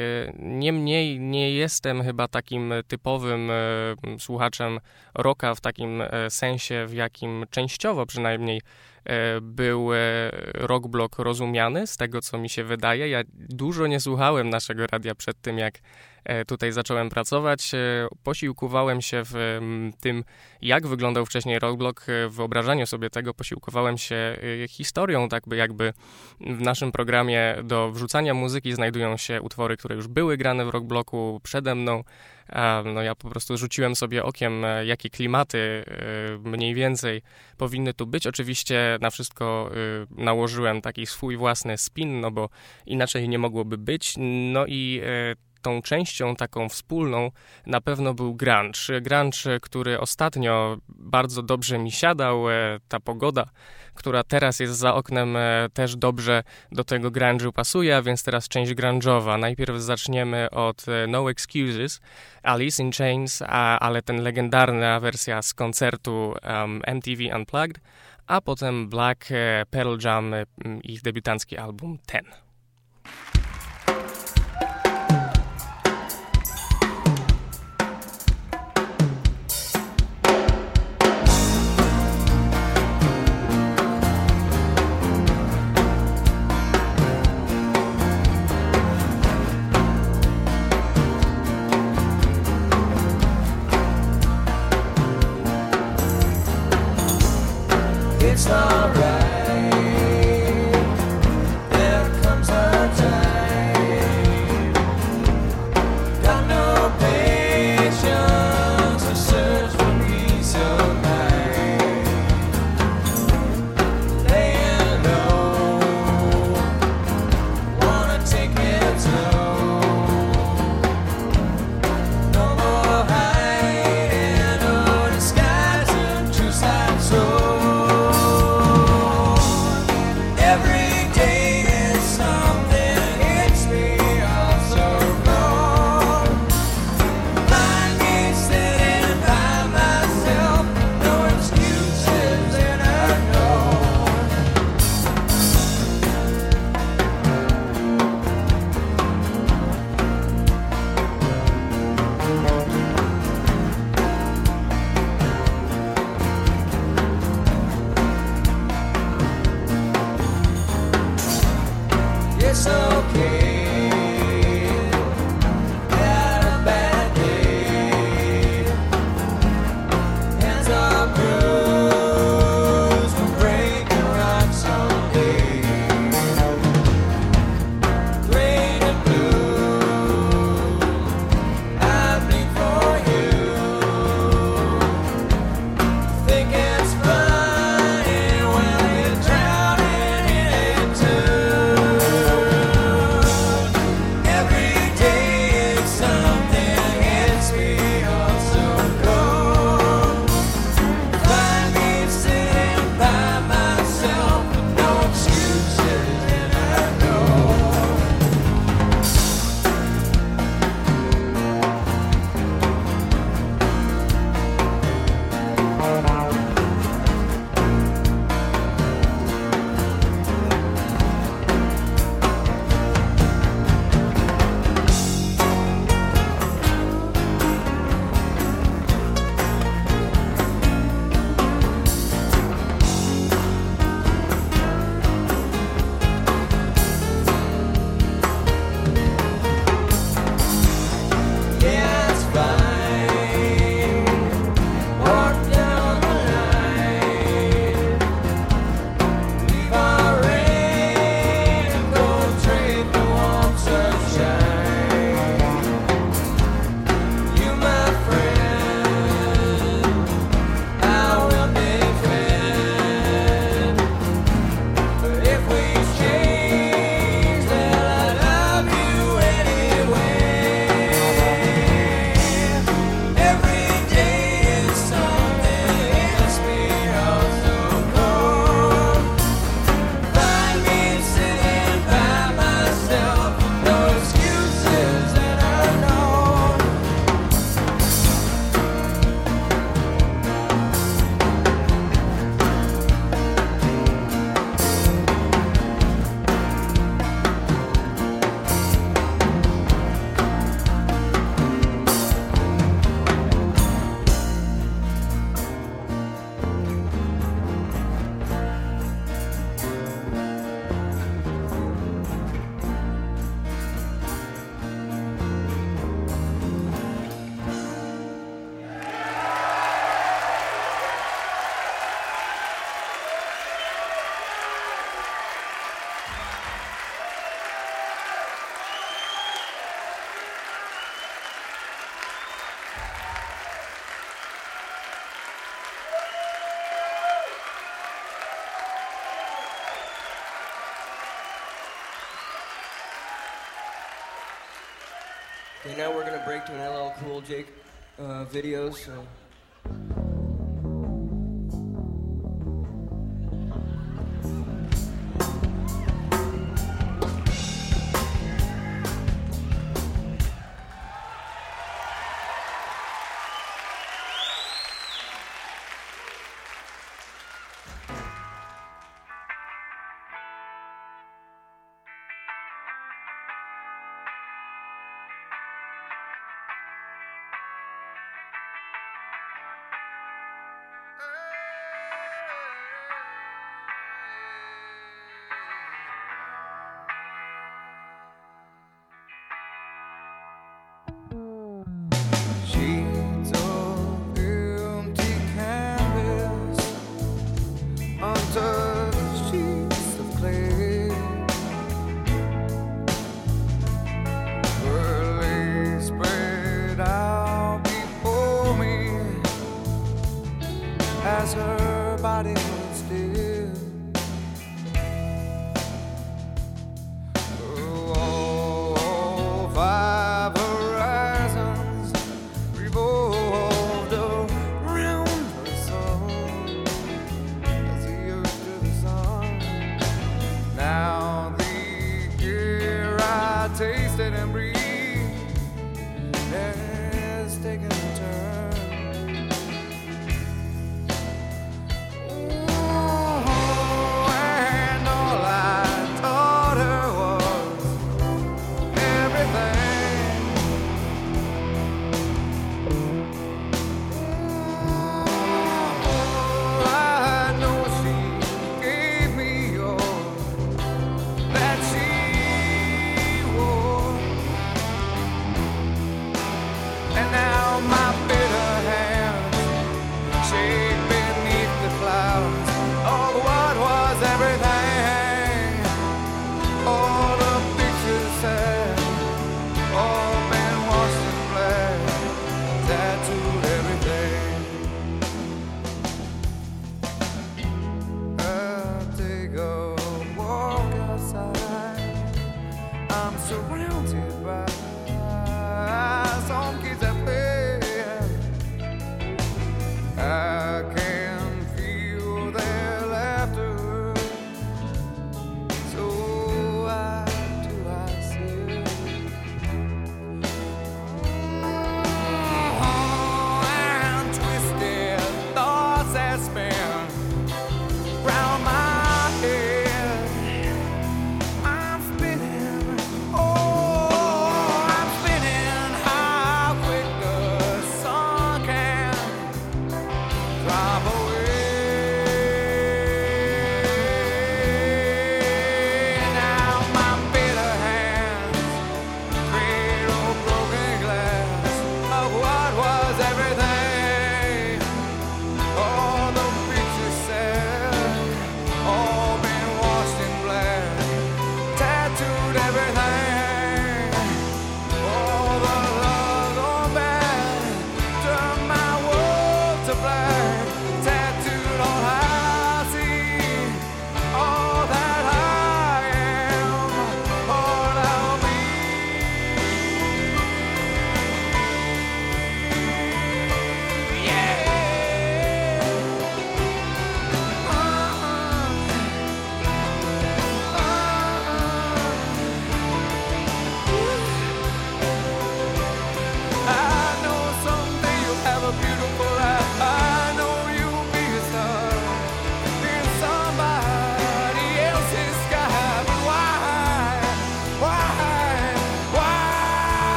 Niemniej nie jestem chyba takim typowym słuchaczem rocka w takim sensie, w jakim częściowo przynajmniej był rockblock rozumiany, z tego co mi się wydaje. Ja dużo nie słuchałem naszego radia przed tym, jak tutaj zacząłem pracować. Posiłkowałem się w tym, jak wyglądał wcześniej rockblock, w wyobrażaniu sobie tego posiłkowałem się historią, tak by jakby w naszym programie do wrzucania muzyki znajdują się utwory, które już były grane w rockblocku przede mną. No ja po prostu rzuciłem sobie okiem, jakie klimaty mniej więcej powinny tu być. Oczywiście na wszystko nałożyłem taki swój własny spin, no bo inaczej nie mogłoby być. No i tą częścią taką wspólną na pewno był grunge. Grunge, który ostatnio bardzo dobrze mi siadał. Ta pogoda, która teraz jest za oknem, też dobrze do tego grunge'u pasuje, a więc teraz część grunge'owa. Najpierw zaczniemy od No Excuses, Alice in Chains, a, ale ten legendarna wersja z koncertu um, M T V Unplugged, a potem Black, Pearl Jam, ich debiutancki album Ten. It's alright. There comes Okay, now we're gonna break to an L L Cool J uh, video, so. Sheets of empty canvas, untouched sheets of clay, were laid spread out before me as her body was still. Oh, five horizons revolved around her soul as the earth to the sun. Now the air I tasted and breathed has taken a turn. Oh, and all I taught her was everything. Oh, I know she gave me all that she wore, and now my bitter hands shake beneath the clouds of what was everything. All the pictures said, all been washed in black, tattooed everything. I'll take a walk outside. I'm surrounded by some kids that play. I can feel their laughter, so why do I sit? Oh, and twisted thoughts that spin round my head. I'm spinning. Oh,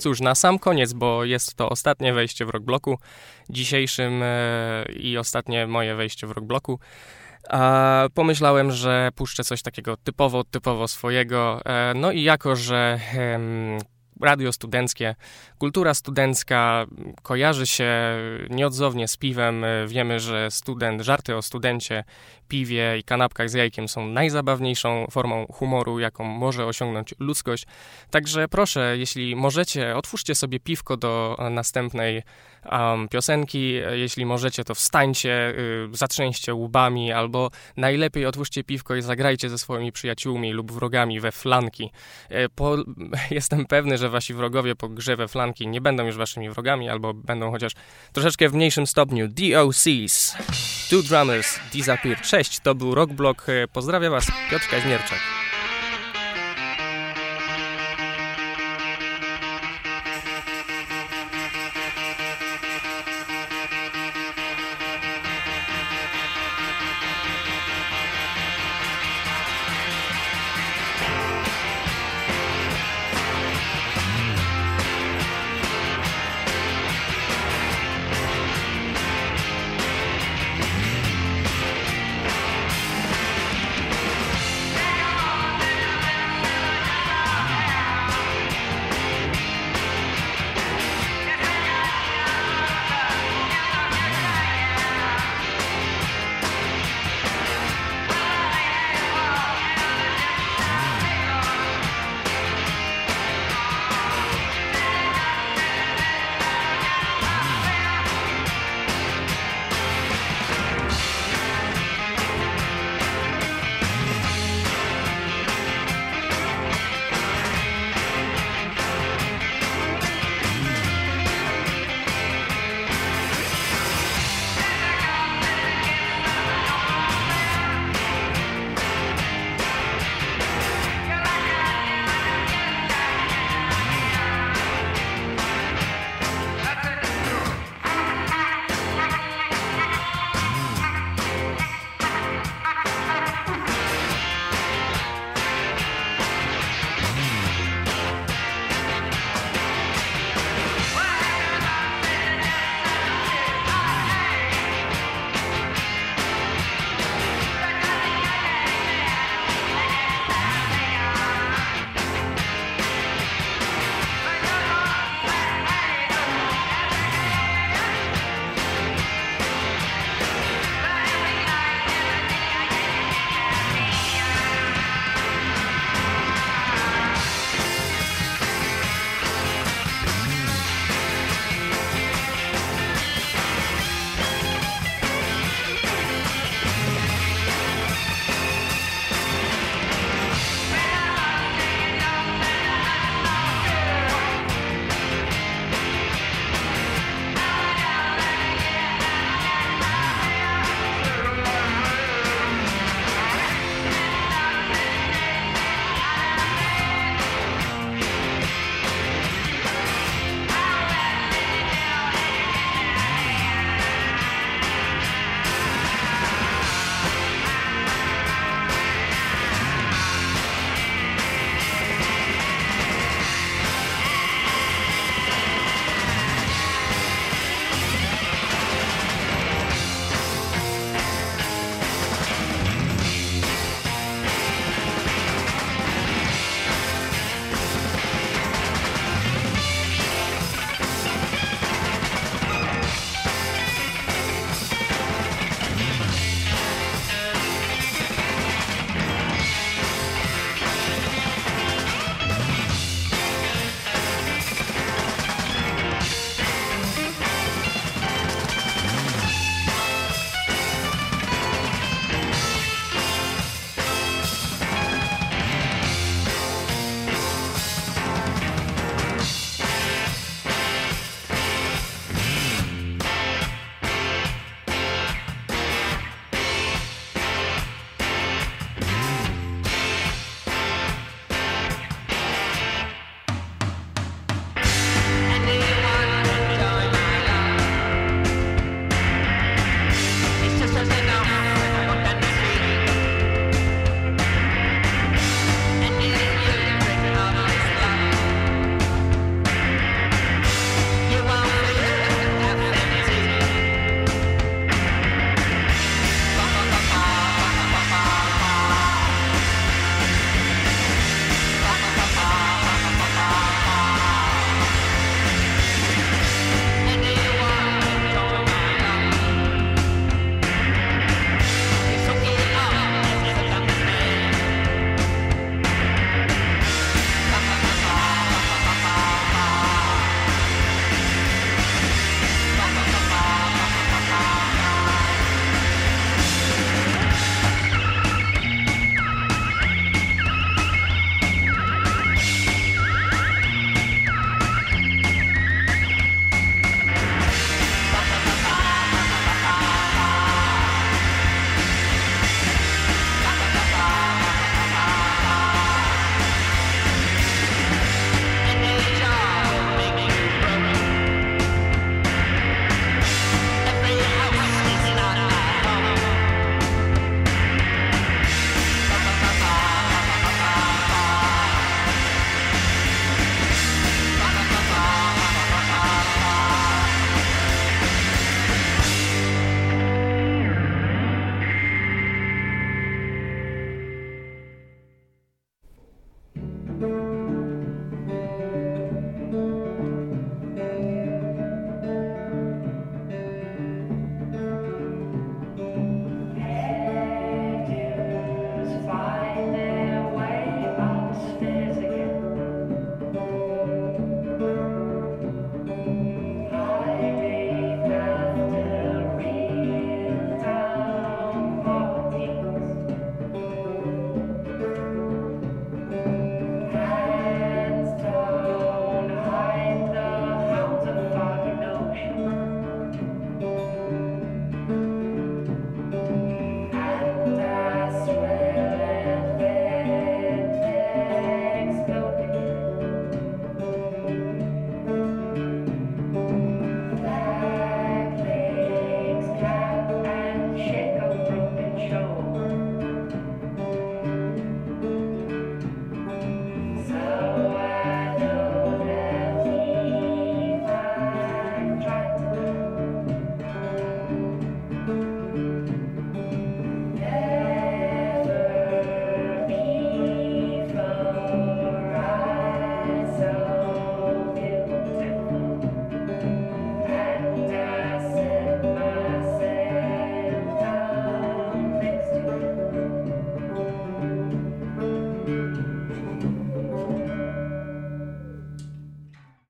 Cóż, na sam koniec, bo jest to ostatnie wejście w Rock Bloku dzisiejszym e, i ostatnie moje wejście w Rock Bloku, a pomyślałem, że puszczę coś takiego typowo, typowo swojego. E, no i jako, że em, radio studenckie, kultura studencka kojarzy się nieodzownie z piwem. Wiemy, że student, żarty o studencie, piwie i kanapkach z jajkiem są najzabawniejszą formą humoru, jaką może osiągnąć ludzkość. Także proszę, jeśli możecie, otwórzcie sobie piwko do następnej um, piosenki. Jeśli możecie, to wstańcie, y, zatrzęście łbami, albo najlepiej otwórzcie piwko i zagrajcie ze swoimi przyjaciółmi lub wrogami we flanki. Y, po, jestem pewny, że wasi wrogowie po grze we flanki nie będą już waszymi wrogami, albo będą chociaż troszeczkę w mniejszym stopniu. D O Cs, Two Drummers, Disappear. Cześć, to był Rock Block. Pozdrawiam was, Piotr Kaźmierczak.